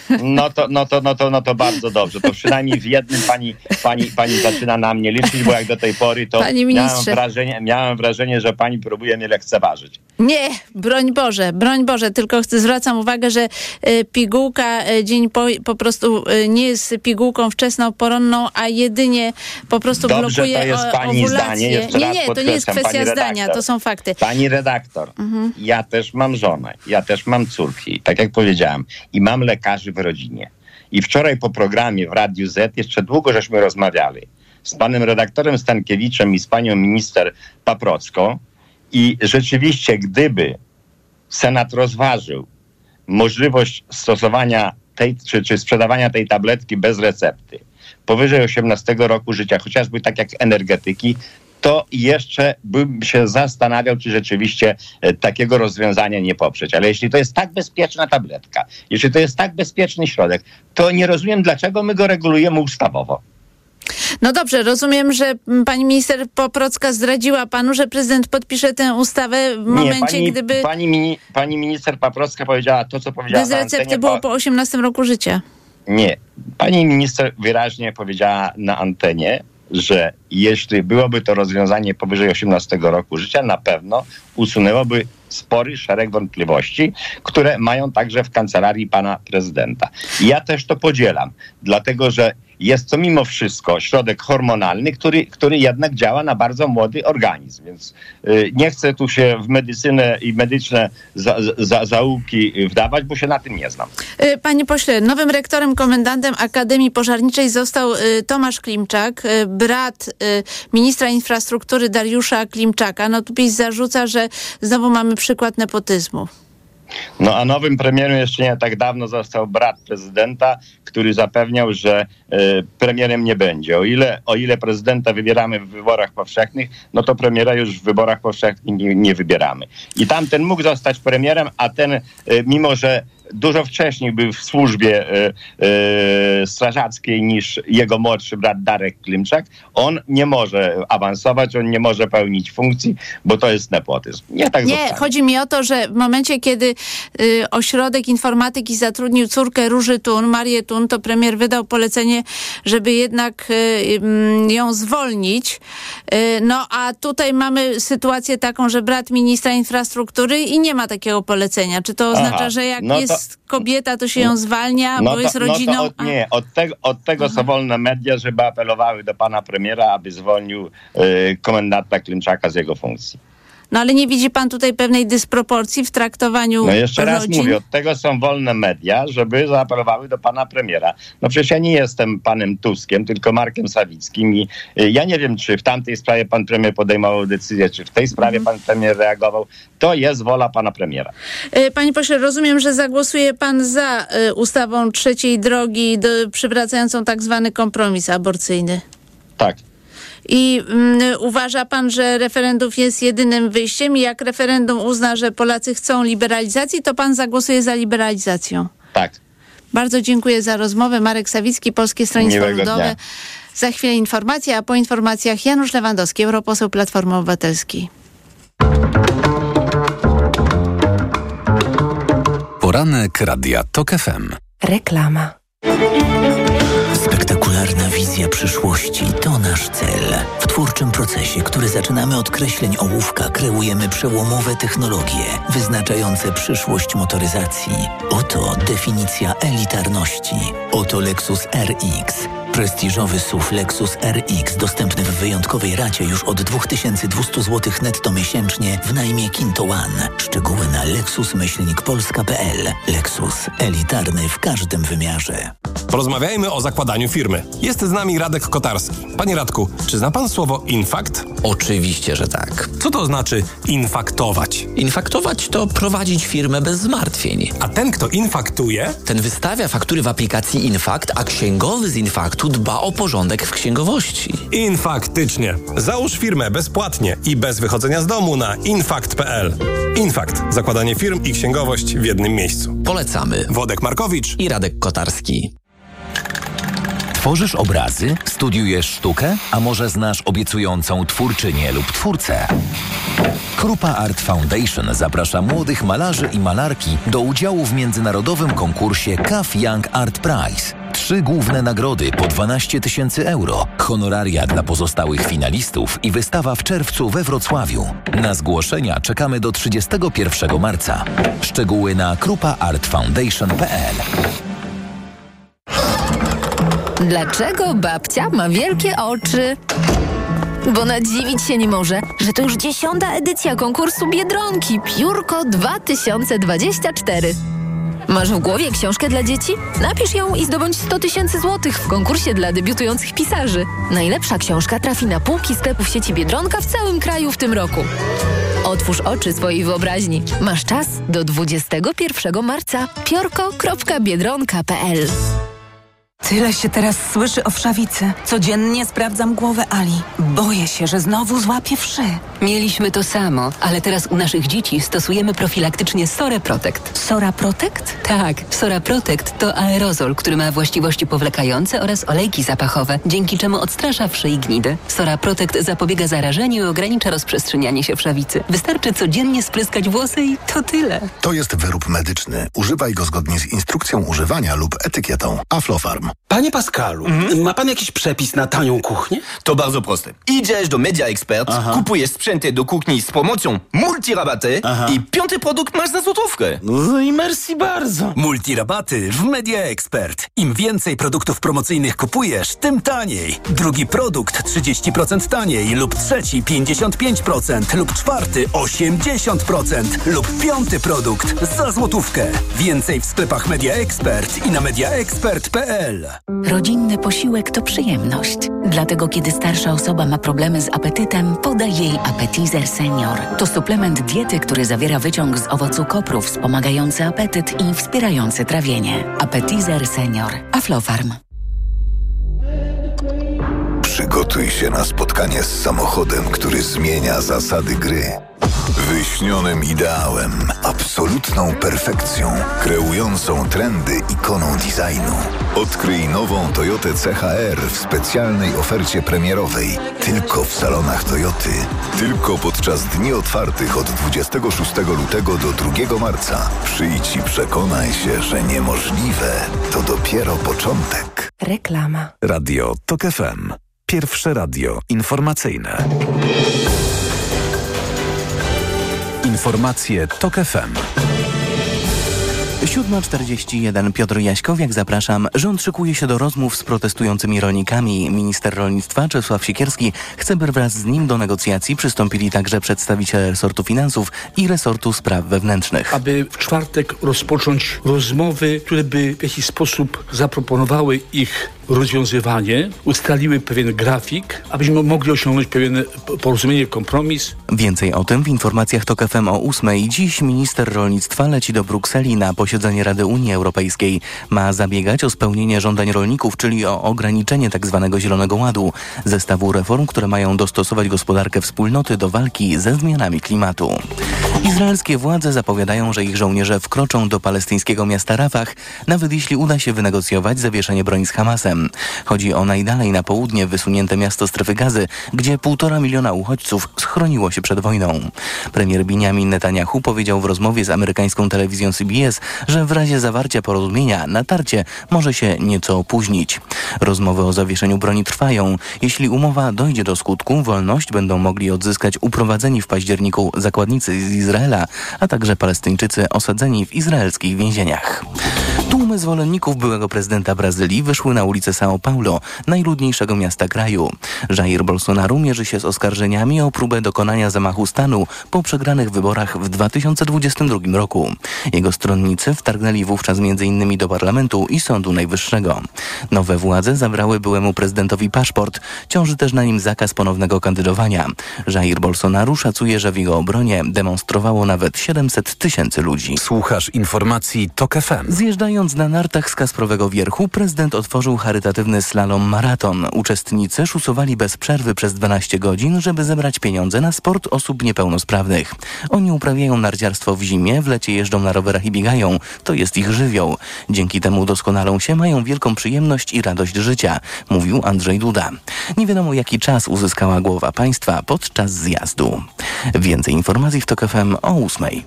No to bardzo dobrze. To przynajmniej w jednym pani zaczyna na mnie liczyć, bo jak do tej pory to miałem wrażenie, że pani próbuje mnie lekceważyć. Nie, broń Boże, tylko zwracam uwagę, że pigułka dzień po prostu nie jest pigułką wczesnoporonną, a jedynie po prostu blokuje to jest pani owulację. Zdanie. Nie, to nie jest kwestia zdania, to są fakty. Pani redaktor, ja też mam żonę, ja też mam córki, tak jak powiedziałem, i mam lekarzy w rodzinie. I wczoraj po programie w Radiu Z jeszcze długo żeśmy rozmawiali z panem redaktorem Stankiewiczem i z panią minister Paprocką i rzeczywiście, gdyby Senat rozważył możliwość stosowania czy sprzedawania tej tabletki bez recepty powyżej 18 roku życia, chociażby tak jak energetyki, to jeszcze bym się zastanawiał, czy rzeczywiście takiego rozwiązania nie poprzeć. Ale jeśli to jest tak bezpieczna tabletka, jeśli to jest tak bezpieczny środek, to nie rozumiem, dlaczego my go regulujemy ustawowo. No dobrze, rozumiem, że pani minister Paprocka zdradziła panu, że prezydent podpisze tę ustawę w momencie, gdyby... Pani minister Paprocka powiedziała to, co powiedziała bez recepty było po 18 roku życia. Nie. Pani minister wyraźnie powiedziała na antenie, że jeśli byłoby to rozwiązanie powyżej 18 roku życia, na pewno usunęłoby spory szereg wątpliwości, które mają także w kancelarii pana prezydenta. I ja też to podzielam, dlatego że jest to mimo wszystko środek hormonalny, który jednak działa na bardzo młody organizm, więc nie chcę tu się w medycynę i medyczne zaułki wdawać, bo się na tym nie znam. Panie pośle, nowym rektorem, komendantem Akademii Pożarniczej został Tomasz Klimczak, brat ministra infrastruktury Dariusza Klimczaka. No tu PiS zarzuca, że znowu mamy przykład nepotyzmu. No a nowym premierem jeszcze nie tak dawno został brat prezydenta, który zapewniał, że premierem nie będzie. O ile prezydenta wybieramy w wyborach powszechnych, no to premiera już w wyborach powszechnych nie wybieramy. I tamten mógł zostać premierem, a ten, mimo że dużo wcześniej był w służbie strażackiej niż jego młodszy brat Darek Klimczak, on nie może awansować, on nie może pełnić funkcji, bo to jest nepotyzm. Nie, chodzi mi o to, że w momencie, kiedy Ośrodek Informatyki zatrudnił córkę Róży Thun, Marię Thun, to premier wydał polecenie, żeby jednak ją zwolnić. No a tutaj mamy sytuację taką, że brat ministra infrastruktury i nie ma takiego polecenia. Czy to oznacza, że jak jest kobieta, to się ją zwalnia, bo jest rodziną? Od tego są wolne media, żeby apelowały do pana premiera, aby zwolnił komendanta Klimczaka z jego funkcji. No ale nie widzi pan tutaj pewnej dysproporcji w traktowaniu No jeszcze raz rodzin? mówię, od tego są wolne media, żeby zaapelowały do pana premiera. No przecież ja nie jestem panem Tuskiem, tylko Markiem Sawickim i ja nie wiem, czy w tamtej sprawie pan premier podejmował decyzję, czy w tej sprawie pan premier reagował. To jest wola pana premiera. Panie pośle, rozumiem, że zagłosuje pan za ustawą trzeciej drogi przywracającą tak zwany kompromis aborcyjny. Tak. I uważa pan, że referendum jest jedynym wyjściem i jak referendum uzna, że Polacy chcą liberalizacji, to pan zagłosuje za liberalizacją? Tak. Bardzo dziękuję za rozmowę. Marek Sawicki, Polskie Stronnictwo Ludowe. Dnia. Za chwilę informacja, a po informacjach Janusz Lewandowski, europoseł Platformy Obywatelskiej. Poranek Radia TOK FM. Reklama. Spektakularna wizja przyszłości to nasz cel. W twórczym procesie, który zaczynamy od kreśleń ołówka, kreujemy przełomowe technologie wyznaczające przyszłość motoryzacji. Oto definicja elitarności. Oto Lexus RX. Prestiżowy SUV Lexus RX dostępny w wyjątkowej racie już od 2200 zł netto miesięcznie w najmie Kinto One. Szczegóły na lexus-polska.pl. Lexus. Elitarny w każdym wymiarze. Porozmawiajmy o zakładaniu firmy. Jest z nami Radek Kotarski. Panie Radku, czy zna pan słowo infakt? Oczywiście, że tak. Co to znaczy infaktować? Infaktować to prowadzić firmę bez zmartwień. A ten, kto infaktuje? Ten wystawia faktury w aplikacji Infakt, a księgowy z Infaktu dba o porządek w księgowości. Infaktycznie. Załóż firmę bezpłatnie i bez wychodzenia z domu na infakt.pl. Infakt. Zakładanie firm i księgowość w jednym miejscu. Polecamy. Wodek Markowicz i Radek Kotarski. Tworzysz obrazy? Studiujesz sztukę? A może znasz obiecującą twórczynię lub twórcę? Krupa Art Foundation zaprasza młodych malarzy i malarki do udziału w międzynarodowym konkursie CAF Young Art Prize. 3 główne nagrody po 12 000 euro, honoraria dla pozostałych finalistów i wystawa w czerwcu we Wrocławiu. Na zgłoszenia czekamy do 31 marca. Szczegóły na krupaartfoundation.pl. Dlaczego babcia ma wielkie oczy? Bo nadziwić się nie może, że to już 10. edycja konkursu Biedronki Piórko 2024. Masz w głowie książkę dla dzieci? Napisz ją i zdobądź 100 000 złotych w konkursie dla debiutujących pisarzy. Najlepsza książka trafi na półki sklepów sieci Biedronka w całym kraju w tym roku. Otwórz oczy swojej wyobraźni. Masz czas do 21 marca. piorko.biedronka.pl. Tyle się teraz słyszy o wszawicy. Codziennie sprawdzam głowę Ali. Boję się, że znowu złapie wszy. Mieliśmy to samo, ale teraz u naszych dzieci stosujemy profilaktycznie Sorę Protect. Sora Protect? Tak, Sora Protect to aerozol, który ma właściwości powlekające oraz olejki zapachowe, dzięki czemu odstrasza wszy i gnidy. Sora Protect zapobiega zarażeniu i ogranicza rozprzestrzenianie się wszawicy. Wystarczy codziennie spryskać włosy i to tyle. To jest wyrób medyczny. Używaj go zgodnie z instrukcją używania lub etykietą. Aflofarm. Panie Pascalu, ma pan jakiś przepis na tanią kuchnię? To bardzo proste. Idziesz do Media Expert, kupujesz sprzęty do kuchni z promocją multirabaty i 5. produkt masz za złotówkę. No i merci bardzo. Multirabaty w Media Expert. Im więcej produktów promocyjnych kupujesz, tym taniej. Drugi produkt 30% taniej lub trzeci 55% lub czwarty 80% lub 5. produkt za złotówkę. Więcej w sklepach Media Expert i na mediaexpert.pl. Rodzinny posiłek to przyjemność. Dlatego kiedy starsza osoba ma problemy z apetytem, podaj jej Appetizer Senior. To suplement diety, który zawiera wyciąg z owocu kopru wspomagający apetyt i wspierający trawienie. Appetizer Senior. Aflofarm. Przygotuj się na spotkanie z samochodem, który zmienia zasady gry. Wyśnionym ideałem, absolutną perfekcją, kreującą trendy ikoną designu. Odkryj nową Toyotę CHR w specjalnej ofercie premierowej. Tylko w salonach Toyoty. Tylko podczas dni otwartych od 26 lutego do 2 marca. Przyjdź i przekonaj się, że niemożliwe to dopiero początek. Reklama. Radio TOK FM. Pierwsze radio informacyjne. Informacje TOK FM. 7:41. Piotr Jaśkowiak, zapraszam. Rząd szykuje się do rozmów z protestującymi rolnikami. Minister rolnictwa Czesław Siekierski chce, by wraz z nim do negocjacji przystąpili także przedstawiciele resortu finansów i resortu spraw wewnętrznych. Aby w czwartek rozpocząć rozmowy, które by w jakiś sposób zaproponowały ich rozwiązywanie, ustaliły pewien grafik, abyśmy mogli osiągnąć pewien porozumienie, kompromis. Więcej o tym w informacjach TOK FM o 8:00. Dziś minister rolnictwa leci do Brukseli na posiedzenie posiedzenie Rady Unii Europejskiej. Ma zabiegać o spełnienie żądań rolników, czyli o ograniczenie tzw. Zielonego Ładu, zestawu reform, które mają dostosować gospodarkę wspólnoty do walki ze zmianami klimatu. Izraelskie władze zapowiadają, że ich żołnierze wkroczą do palestyńskiego miasta Rafah, nawet jeśli uda się wynegocjować zawieszenie broni z Hamasem. Chodzi o najdalej na południe wysunięte miasto strefy Gazy, gdzie 1,5 miliona uchodźców schroniło się przed wojną. Premier Binjamin Netanyahu powiedział w rozmowie z amerykańską telewizją CBS, że w razie zawarcia porozumienia natarcie może się nieco opóźnić. Rozmowy o zawieszeniu broni trwają. Jeśli umowa dojdzie do skutku, wolność będą mogli odzyskać uprowadzeni w październiku zakładnicy z Izraela, a także Palestyńczycy osadzeni w izraelskich więzieniach. Tłumy zwolenników byłego prezydenta Brazylii wyszły na ulicę São Paulo, najludniejszego miasta kraju. Jair Bolsonaro mierzy się z oskarżeniami o próbę dokonania zamachu stanu po przegranych wyborach w 2022 roku. Jego stronnicy wtargnęli wówczas m.in. do parlamentu i Sądu Najwyższego. Nowe władze zabrały byłemu prezydentowi paszport. Ciąży też na nim zakaz ponownego kandydowania. Jair Bolsonaro szacuje, że w jego obronie demonstrowało nawet 700 000 ludzi. Słuchasz informacji TOK FM. Zjeżdżając na nartach z Kasprowego Wierchu, prezydent otworzył charytatywny slalom maraton. Uczestnicy szusowali bez przerwy przez 12 godzin, żeby zebrać pieniądze na sport osób niepełnosprawnych. Oni uprawiają narciarstwo w zimie, w lecie jeżdżą na rowerach i biegają. To jest ich żywioł. Dzięki temu doskonalą się, mają wielką przyjemność i radość życia, mówił Andrzej Duda. Nie wiadomo, jaki czas uzyskała głowa państwa podczas zjazdu. Więcej informacji w TOK FM o 8:00.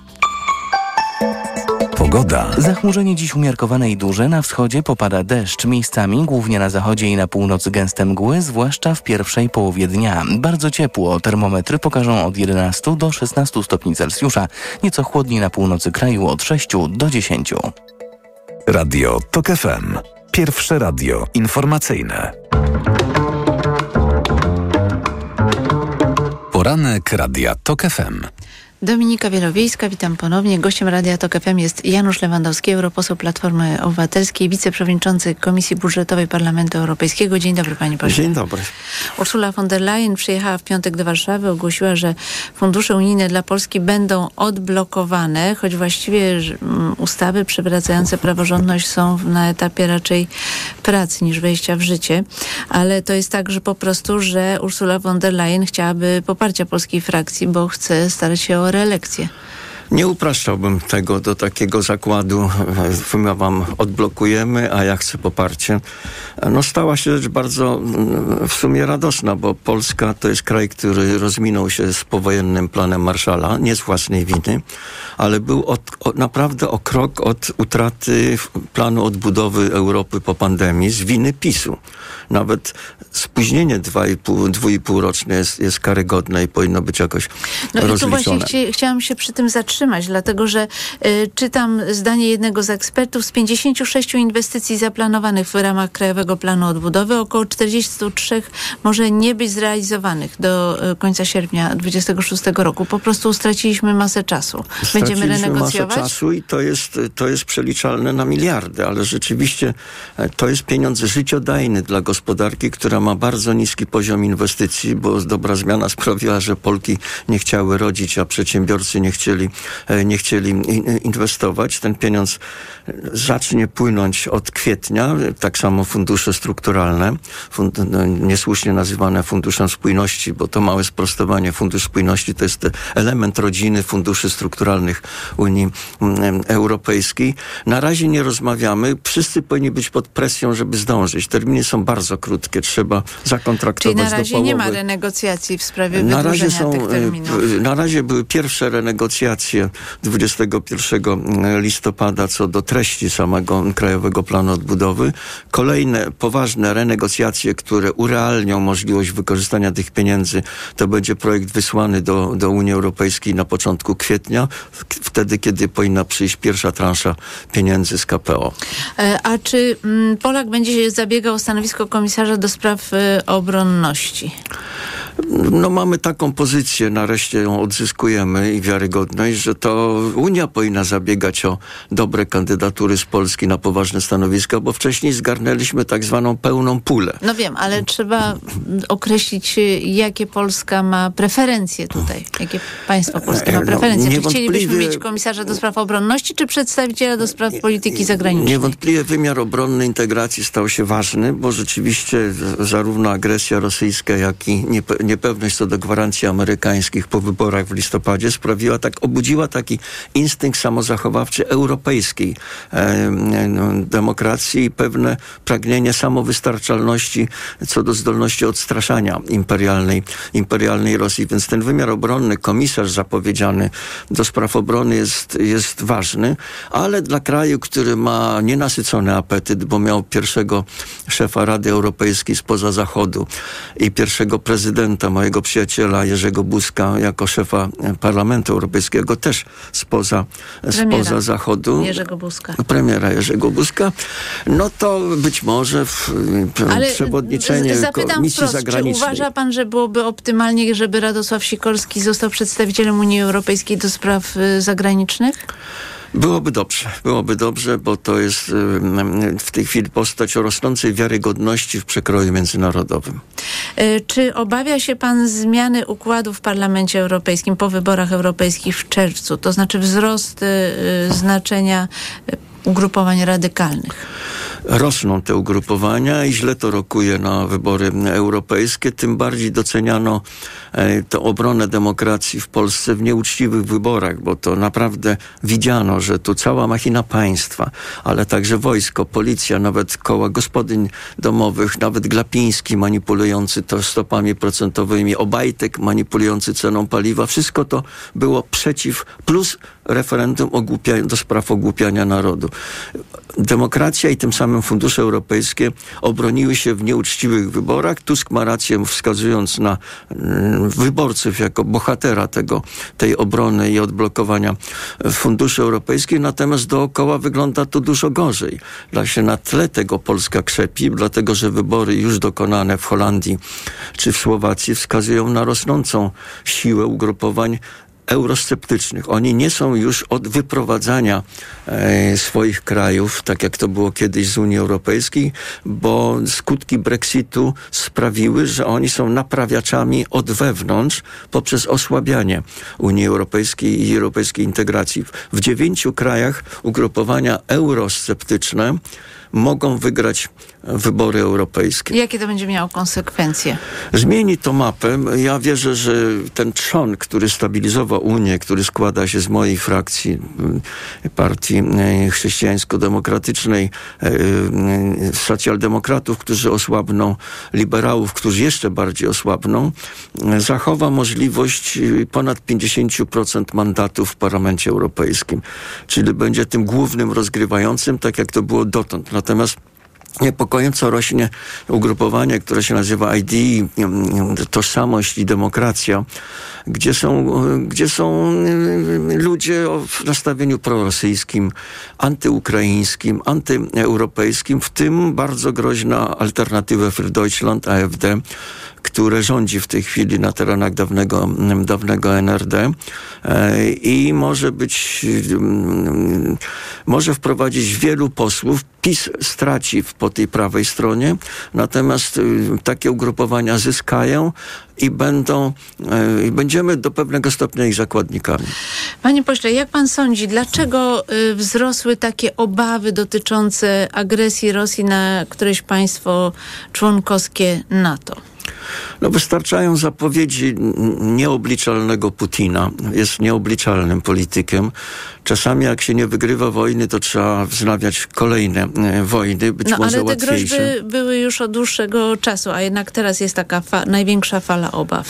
Pogoda. Zachmurzenie dziś umiarkowane i duże. Na wschodzie popada deszcz. Miejscami, głównie na zachodzie i na północy gęste mgły, zwłaszcza w pierwszej połowie dnia. Bardzo ciepło. Termometry pokażą od 11 do 16 stopni Celsjusza. Nieco chłodniej na północy kraju od 6 do 10. Radio TOK FM. Pierwsze radio informacyjne. Poranek Radia TOK FM. Dominika Wielowiejska, witam ponownie. Gościem Radia TOK FM jest Janusz Lewandowski, europoseł Platformy Obywatelskiej, wiceprzewodniczący Komisji Budżetowej Parlamentu Europejskiego. Dzień dobry, panie pośle. Dzień dobry. Ursula von der Leyen przyjechała w piątek do Warszawy, ogłosiła, że fundusze unijne dla Polski będą odblokowane, choć właściwie ustawy przywracające praworządność są na etapie raczej pracy niż wejścia w życie. Ale to jest tak, że po prostu, że Ursula von der Leyen chciałaby poparcia polskiej frakcji, bo chce starać się o reelekcję. Nie upraszczałbym tego do takiego zakładu, my wam odblokujemy, a ja chcę poparcie. No stała się rzecz bardzo w sumie radosna, bo Polska to jest kraj, który rozminął się z powojennym planem Marshalla, nie z własnej winy, ale był naprawdę o krok od utraty planu odbudowy Europy po pandemii z winy PiS-u. Nawet spóźnienie 2,5 roczne jest karygodne i powinno być jakoś rozliczone. I tu właśnie chciałam się przy tym zatrzymać, dlatego że czytam zdanie jednego z ekspertów. Z 56 inwestycji zaplanowanych w ramach Krajowego Planu Odbudowy około 43 może nie być zrealizowanych do końca sierpnia 26 roku. Po prostu straciliśmy masę czasu. Będziemy renegocjować? Masę czasu i to jest przeliczalne na miliardy, ale rzeczywiście to jest pieniądz życiodajny dla gospodarki, która ma bardzo niski poziom inwestycji, bo dobra zmiana sprawiła, że Polki nie chciały rodzić, a przedsiębiorcy nie chcieli inwestować. Ten pieniądz zacznie płynąć od kwietnia. Tak samo fundusze strukturalne, niesłusznie nazywane funduszem spójności, bo to małe sprostowanie. Fundusz spójności to jest element rodziny funduszy strukturalnych Unii Europejskiej. Na razie nie rozmawiamy. Wszyscy powinni być pod presją, żeby zdążyć. Terminy są bardzo krótkie. Trzeba zakontraktować do połowy. Czyli na razie nie ma renegocjacji w sprawie wydłużenia tych terminów. Na razie były pierwsze renegocjacje 21 listopada co do treści samego Krajowego Planu Odbudowy. Kolejne poważne renegocjacje, które urealnią możliwość wykorzystania tych pieniędzy, to będzie projekt wysłany do Unii Europejskiej na początku kwietnia, wtedy, kiedy powinna przyjść pierwsza transza pieniędzy z KPO. A czy Polak będzie zabiegał o stanowisko komisarza do spraw obronności? No mamy taką pozycję, nareszcie ją odzyskujemy i wiarygodność, że to Unia powinna zabiegać o dobre kandydatury z Polski na poważne stanowiska, bo wcześniej zgarnęliśmy tak zwaną pełną pulę. No wiem, ale trzeba określić, jakie Polska ma preferencje tutaj. Jakie państwo polskie ma preferencje. Czy chcielibyśmy mieć komisarza do spraw obronności, czy przedstawiciela do spraw polityki zagranicznej? Niewątpliwie wymiar obronny integracji stał się ważny, bo rzeczywiście zarówno agresja rosyjska, jak i niepewność co do gwarancji amerykańskich po wyborach w listopadzie obudziła taki instynkt samozachowawczy europejskiej demokracji i pewne pragnienie samowystarczalności co do zdolności odstraszania imperialnej Rosji. Więc ten wymiar obronny, komisarz zapowiedziany do spraw obrony jest ważny, ale dla kraju, który ma nienasycony apetyt, bo miał pierwszego szefa Rady Europejskiej spoza Zachodu i pierwszego prezydenta, mojego przyjaciela Jerzego Buzka, jako szefa Parlamentu Europejskiego, też spoza Zachodu. Jerzego Buzka. Premiera Jerzego Buzka. No to być może przewodniczenie Komisji Zagranicznej. Czy uważa pan, że byłoby optymalnie, żeby Radosław Sikorski został przedstawicielem Unii Europejskiej do spraw zagranicznych? Byłoby dobrze, bo to jest w tej chwili postać o rosnącej wiarygodności w przekroju międzynarodowym. Czy obawia się pan zmiany układu w Parlamencie Europejskim po wyborach europejskich w czerwcu? To znaczy wzrost znaczenia ugrupowań radykalnych? Rosną te ugrupowania i źle to rokuje na wybory europejskie. Tym bardziej doceniano tę obronę demokracji w Polsce w nieuczciwych wyborach, bo to naprawdę widziano, że tu cała machina państwa, ale także wojsko, policja, nawet koła gospodyń domowych, nawet Glapiński manipulujący to stopami procentowymi, Obajtek manipulujący ceną paliwa. Wszystko to było przeciw, plus referendum do spraw ogłupiania narodu. Demokracja i tym samym fundusze europejskie obroniły się w nieuczciwych wyborach. Tusk ma rację, wskazując na wyborców jako bohatera tej obrony i odblokowania funduszy europejskich, natomiast dookoła wygląda to dużo gorzej. Właśnie na tle tego Polska krzepi, dlatego że wybory już dokonane w Holandii czy w Słowacji wskazują na rosnącą siłę ugrupowań eurosceptycznych. Oni nie są już od wyprowadzania swoich krajów, tak jak to było kiedyś z Unii Europejskiej, bo skutki Brexitu sprawiły, że oni są naprawiaczami od wewnątrz poprzez osłabianie Unii Europejskiej i europejskiej integracji. W 9 krajach ugrupowania eurosceptyczne mogą wygrać wybory europejskie. Jakie to będzie miało konsekwencje? Zmieni to mapę. Ja wierzę, że ten trzon, który stabilizował Unię, który składa się z mojej frakcji, partii chrześcijańsko-demokratycznej, socjaldemokratów, którzy osłabną, liberałów, którzy jeszcze bardziej osłabną, zachowa możliwość ponad 50% mandatów w Parlamencie Europejskim. Czyli będzie tym głównym rozgrywającym, tak jak to było dotąd. Natomiast niepokojąco rośnie ugrupowanie, które się nazywa ID, Tożsamość i Demokracja, gdzie są ludzie o nastawieniu prorosyjskim, antyukraińskim, antyeuropejskim, w tym bardzo groźna Alternatywa für Deutschland, AfD, które rządzi w tej chwili na terenach dawnego NRD i może wprowadzić wielu posłów. PiS straci po tej prawej stronie, natomiast takie ugrupowania zyskają i będziemy do pewnego stopnia ich zakładnikami. Panie pośle, jak pan sądzi, dlaczego wzrosły takie obawy dotyczące agresji Rosji na któreś państwo członkowskie NATO? No wystarczają zapowiedzi nieobliczalnego Putina. Jest nieobliczalnym politykiem. Czasami jak się nie wygrywa wojny, to trzeba wznawiać kolejne wojny, być może łatwiejsze. Ale te groźby były już od dłuższego czasu, a jednak teraz jest taka największa fala obaw.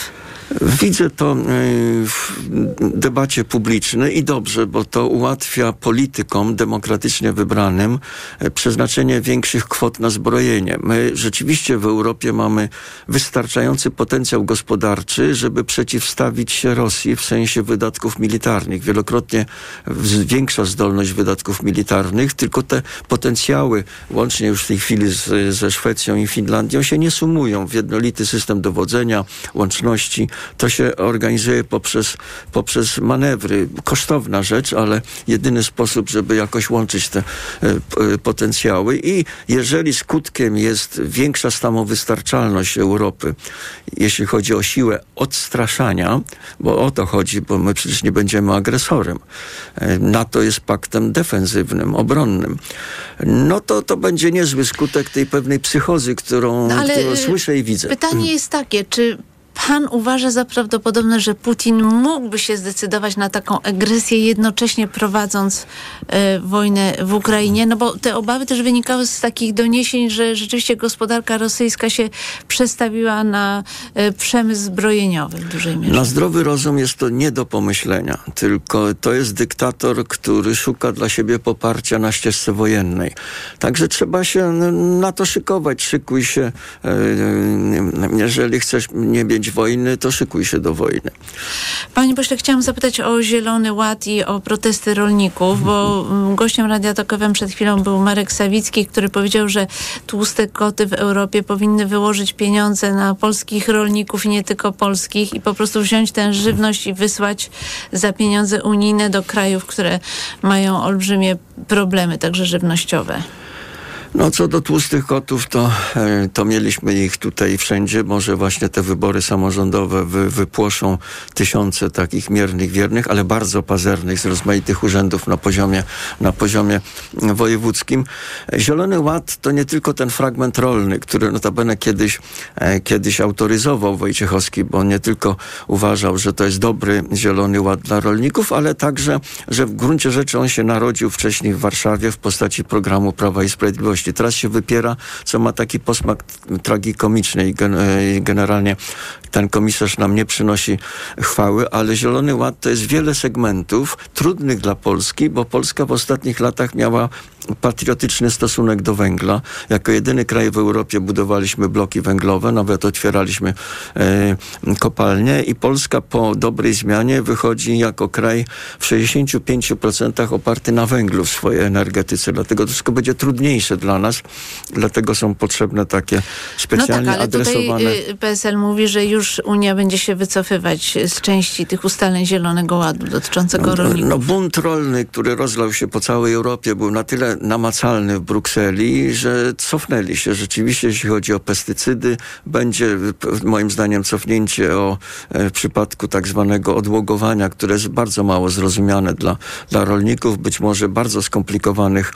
Widzę to w debacie publicznej i dobrze, bo to ułatwia politykom demokratycznie wybranym przeznaczenie większych kwot na zbrojenie. My rzeczywiście w Europie mamy wystarczający potencjał gospodarczy, żeby przeciwstawić się Rosji w sensie wydatków militarnych. Wielokrotnie zwiększa zdolność wydatków militarnych, tylko te potencjały, łącznie już w tej chwili ze Szwecją i Finlandią, się nie sumują w jednolity system dowodzenia, łączności. To się organizuje poprzez manewry. Kosztowna rzecz, ale jedyny sposób, żeby jakoś łączyć te potencjały. I jeżeli skutkiem jest większa samowystarczalność Europy, jeśli chodzi o siłę odstraszania, bo o to chodzi, bo my przecież nie będziemy agresorem. NATO jest paktem defensywnym, obronnym. No to będzie niezły skutek tej pewnej psychozy, którą słyszę i widzę. Pytanie jest takie, czy pan uważa za prawdopodobne, że Putin mógłby się zdecydować na taką agresję, jednocześnie prowadząc wojnę w Ukrainie? No bo te obawy też wynikały z takich doniesień, że rzeczywiście gospodarka rosyjska się przestawiła na przemysł zbrojeniowy w dużej mierze. Na zdrowy rozum jest to nie do pomyślenia, tylko to jest dyktator, który szuka dla siebie poparcia na ścieżce wojennej. Także trzeba się na to szykować. Szykuj się, jeżeli chcesz nie mieć wojny, to szykuj się do wojny. Panie pośle, chciałam zapytać o Zielony Ład i o protesty rolników, bo gościem Radia Tok FM przed chwilą był Marek Sawicki, który powiedział, że tłuste koty w Europie powinny wyłożyć pieniądze na polskich rolników i nie tylko polskich i po prostu wziąć tę żywność i wysłać za pieniądze unijne do krajów, które mają olbrzymie problemy, także żywnościowe. No co do tłustych kotów, to mieliśmy ich tutaj wszędzie. Może właśnie te wybory samorządowe wypłoszą tysiące takich miernych, wiernych, ale bardzo pazernych z rozmaitych urzędów na poziomie wojewódzkim. Zielony Ład to nie tylko ten fragment rolny, który notabene kiedyś autoryzował Wojciechowski, bo on nie tylko uważał, że to jest dobry Zielony Ład dla rolników, ale także, że w gruncie rzeczy on się narodził wcześniej w Warszawie w postaci programu Prawa i Sprawiedliwości. Teraz się wypiera, co ma taki posmak tragikomiczny i generalnie ten komisarz nam nie przynosi chwały, ale Zielony Ład to jest wiele segmentów trudnych dla Polski, bo Polska w ostatnich latach miała patriotyczny stosunek do węgla. Jako jedyny kraj w Europie budowaliśmy bloki węglowe, nawet otwieraliśmy kopalnie i Polska po dobrej zmianie wychodzi jako kraj w 65% oparty na węglu w swojej energetyce. Dlatego to wszystko będzie trudniejsze dla nas. Dlatego są potrzebne takie specjalnie adresowane... No tak, ale tutaj PSL mówi, że już Unia będzie się wycofywać z części tych ustaleń Zielonego Ładu dotyczącego rolników. No bunt rolny, który rozlał się po całej Europie, był na tyle namacalny w Brukseli, że cofnęli się. Rzeczywiście, jeśli chodzi o pestycydy, będzie moim zdaniem cofnięcie w przypadku tak zwanego odłogowania, które jest bardzo mało zrozumiane dla rolników, być może bardzo skomplikowanych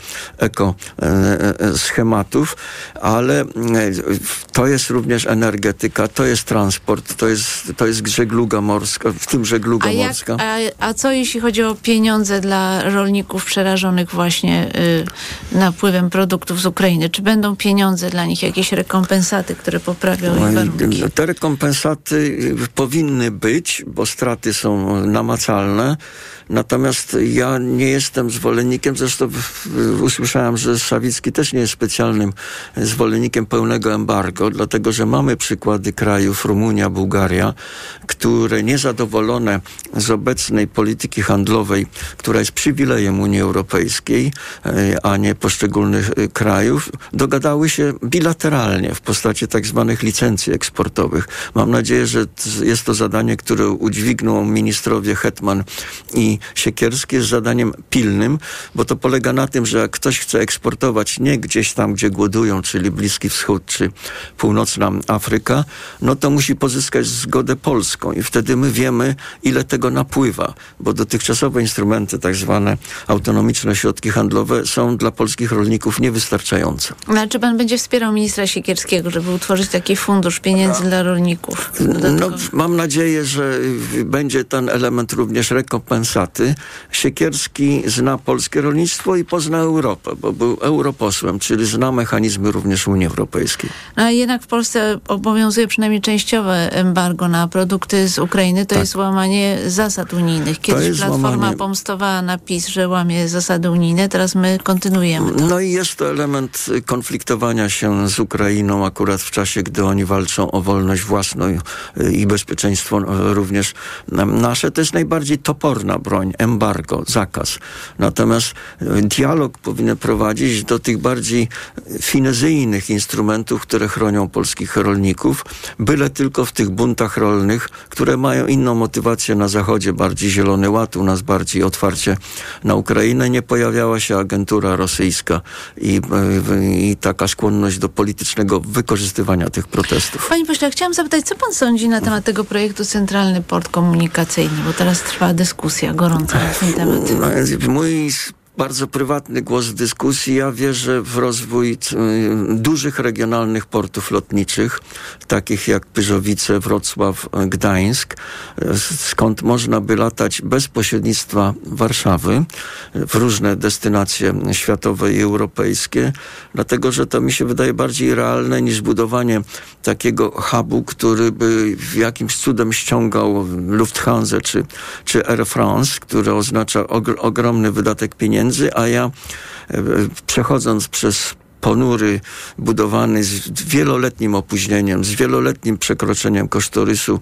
schematów, ale to jest również energetyka, to jest transport, to jest żegluga morska, w tym żegluga morska. A co jeśli chodzi o pieniądze dla rolników przerażonych właśnie napływem produktów z Ukrainy? Czy będą pieniądze dla nich, jakieś rekompensaty, które poprawią ich warunki? Te rekompensaty powinny być, bo straty są namacalne. Natomiast ja nie jestem zwolennikiem, zresztą usłyszałem, że Sawicki też nie jest specjalnym zwolennikiem pełnego embargo, dlatego że mamy przykłady krajów, Rumunia, Bułgaria, które niezadowolone z obecnej polityki handlowej, która jest przywilejem Unii Europejskiej, a nie poszczególnych krajów, dogadały się bilateralnie w postaci tak zwanych licencji eksportowych. Mam nadzieję, że jest to zadanie, które udźwigną ministrowie Hetman i Siekierski, jest zadaniem pilnym, bo to polega na tym, że jak ktoś chce eksportować nie gdzieś tam, gdzie głodują, czyli Bliski Wschód, czy Północna Afryka, no to musi pozyskać zgodę polską i wtedy my wiemy, ile tego napływa, bo dotychczasowe instrumenty, tak zwane autonomiczne ośrodki handlowe, są dla polskich rolników niewystarczające. Ale czy pan będzie wspierał ministra Siekierskiego, żeby utworzyć taki fundusz pieniędzy dla rolników? No, mam nadzieję, że będzie ten element również rekompensaty. Siekierski zna polskie rolnictwo i pozna Europę, bo był europosłem Gazpromem, czyli zna mechanizmy również Unii Europejskiej. A jednak w Polsce obowiązuje przynajmniej częściowe embargo na produkty z Ukrainy. To jest łamanie zasad unijnych. Kiedyś Platforma pomstowała na PiS, że łamie zasady unijne, teraz my kontynuujemy to. No i jest to element konfliktowania się z Ukrainą akurat w czasie, gdy oni walczą o wolność własną i bezpieczeństwo również nasze. To jest najbardziej toporna broń, embargo, zakaz. Natomiast dialog powinien prowadzić do tych bardziej finezyjnych instrumentów, które chronią polskich rolników, byle tylko w tych buntach rolnych, które mają inną motywację na Zachodzie, bardziej Zielony Ład, u nas bardziej otwarcie na Ukrainę, nie pojawiała się agentura rosyjska i taka skłonność do politycznego wykorzystywania tych protestów. Panie pośle, chciałam zapytać, co pan sądzi na temat tego projektu Centralny Port Komunikacyjny, bo teraz trwa dyskusja gorąca na ten temat. Mój bardzo prywatny głos w dyskusji. Ja wierzę w rozwój dużych regionalnych portów lotniczych, takich jak Pyrzowice, Wrocław, Gdańsk, skąd można by latać bez pośrednictwa Warszawy w różne destynacje światowe i europejskie, dlatego że to mi się wydaje bardziej realne niż budowanie takiego hubu, który by w jakimś cudem ściągał Lufthansa czy Air France, które oznacza ogromny wydatek pieniędzy, a ja przechodząc przez ponury budowany z wieloletnim opóźnieniem, z wieloletnim przekroczeniem kosztorysu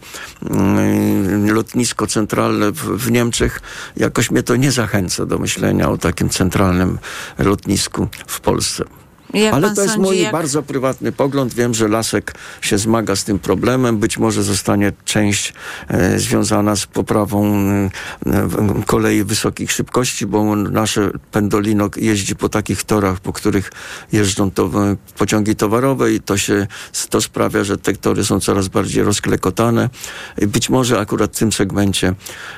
lotnisko centralne w Niemczech, jakoś mnie to nie zachęca do myślenia o takim centralnym lotnisku w Polsce. Ale to jest mój bardzo prywatny pogląd. Wiem, że Lasek się zmaga z tym problemem. Być może zostanie część związana z poprawą kolei wysokich szybkości, bo nasze Pendolino jeździ po takich torach, po których jeżdżą pociągi towarowe i to sprawia, że te tory są coraz bardziej rozklekotane. Być może akurat w tym segmencie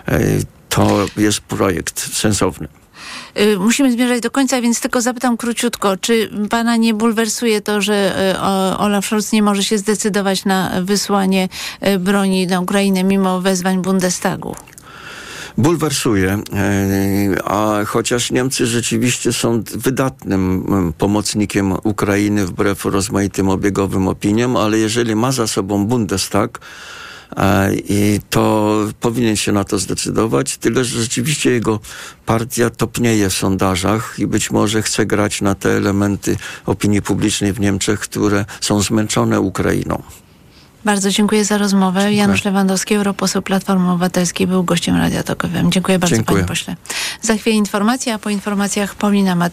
to jest projekt sensowny. Musimy zmierzać do końca, więc tylko zapytam króciutko, czy pana nie bulwersuje to, że Olaf Scholz nie może się zdecydować na wysłanie broni na Ukrainę mimo wezwań Bundestagu? Bulwersuje, a chociaż Niemcy rzeczywiście są wydatnym pomocnikiem Ukrainy wbrew rozmaitym obiegowym opiniom, ale jeżeli ma za sobą Bundestag, i to powinien się na to zdecydować, tyle że rzeczywiście jego partia topnieje w sondażach i być może chce grać na te elementy opinii publicznej w Niemczech, które są zmęczone Ukrainą. Bardzo dziękuję za rozmowę. Dziękuję. Janusz Lewandowski, europoseł Platformy Obywatelskiej, był gościem Radia Tok FM. Dziękuję bardzo, panie pośle. Za chwilę informacje, a po informacjach Paulina Mat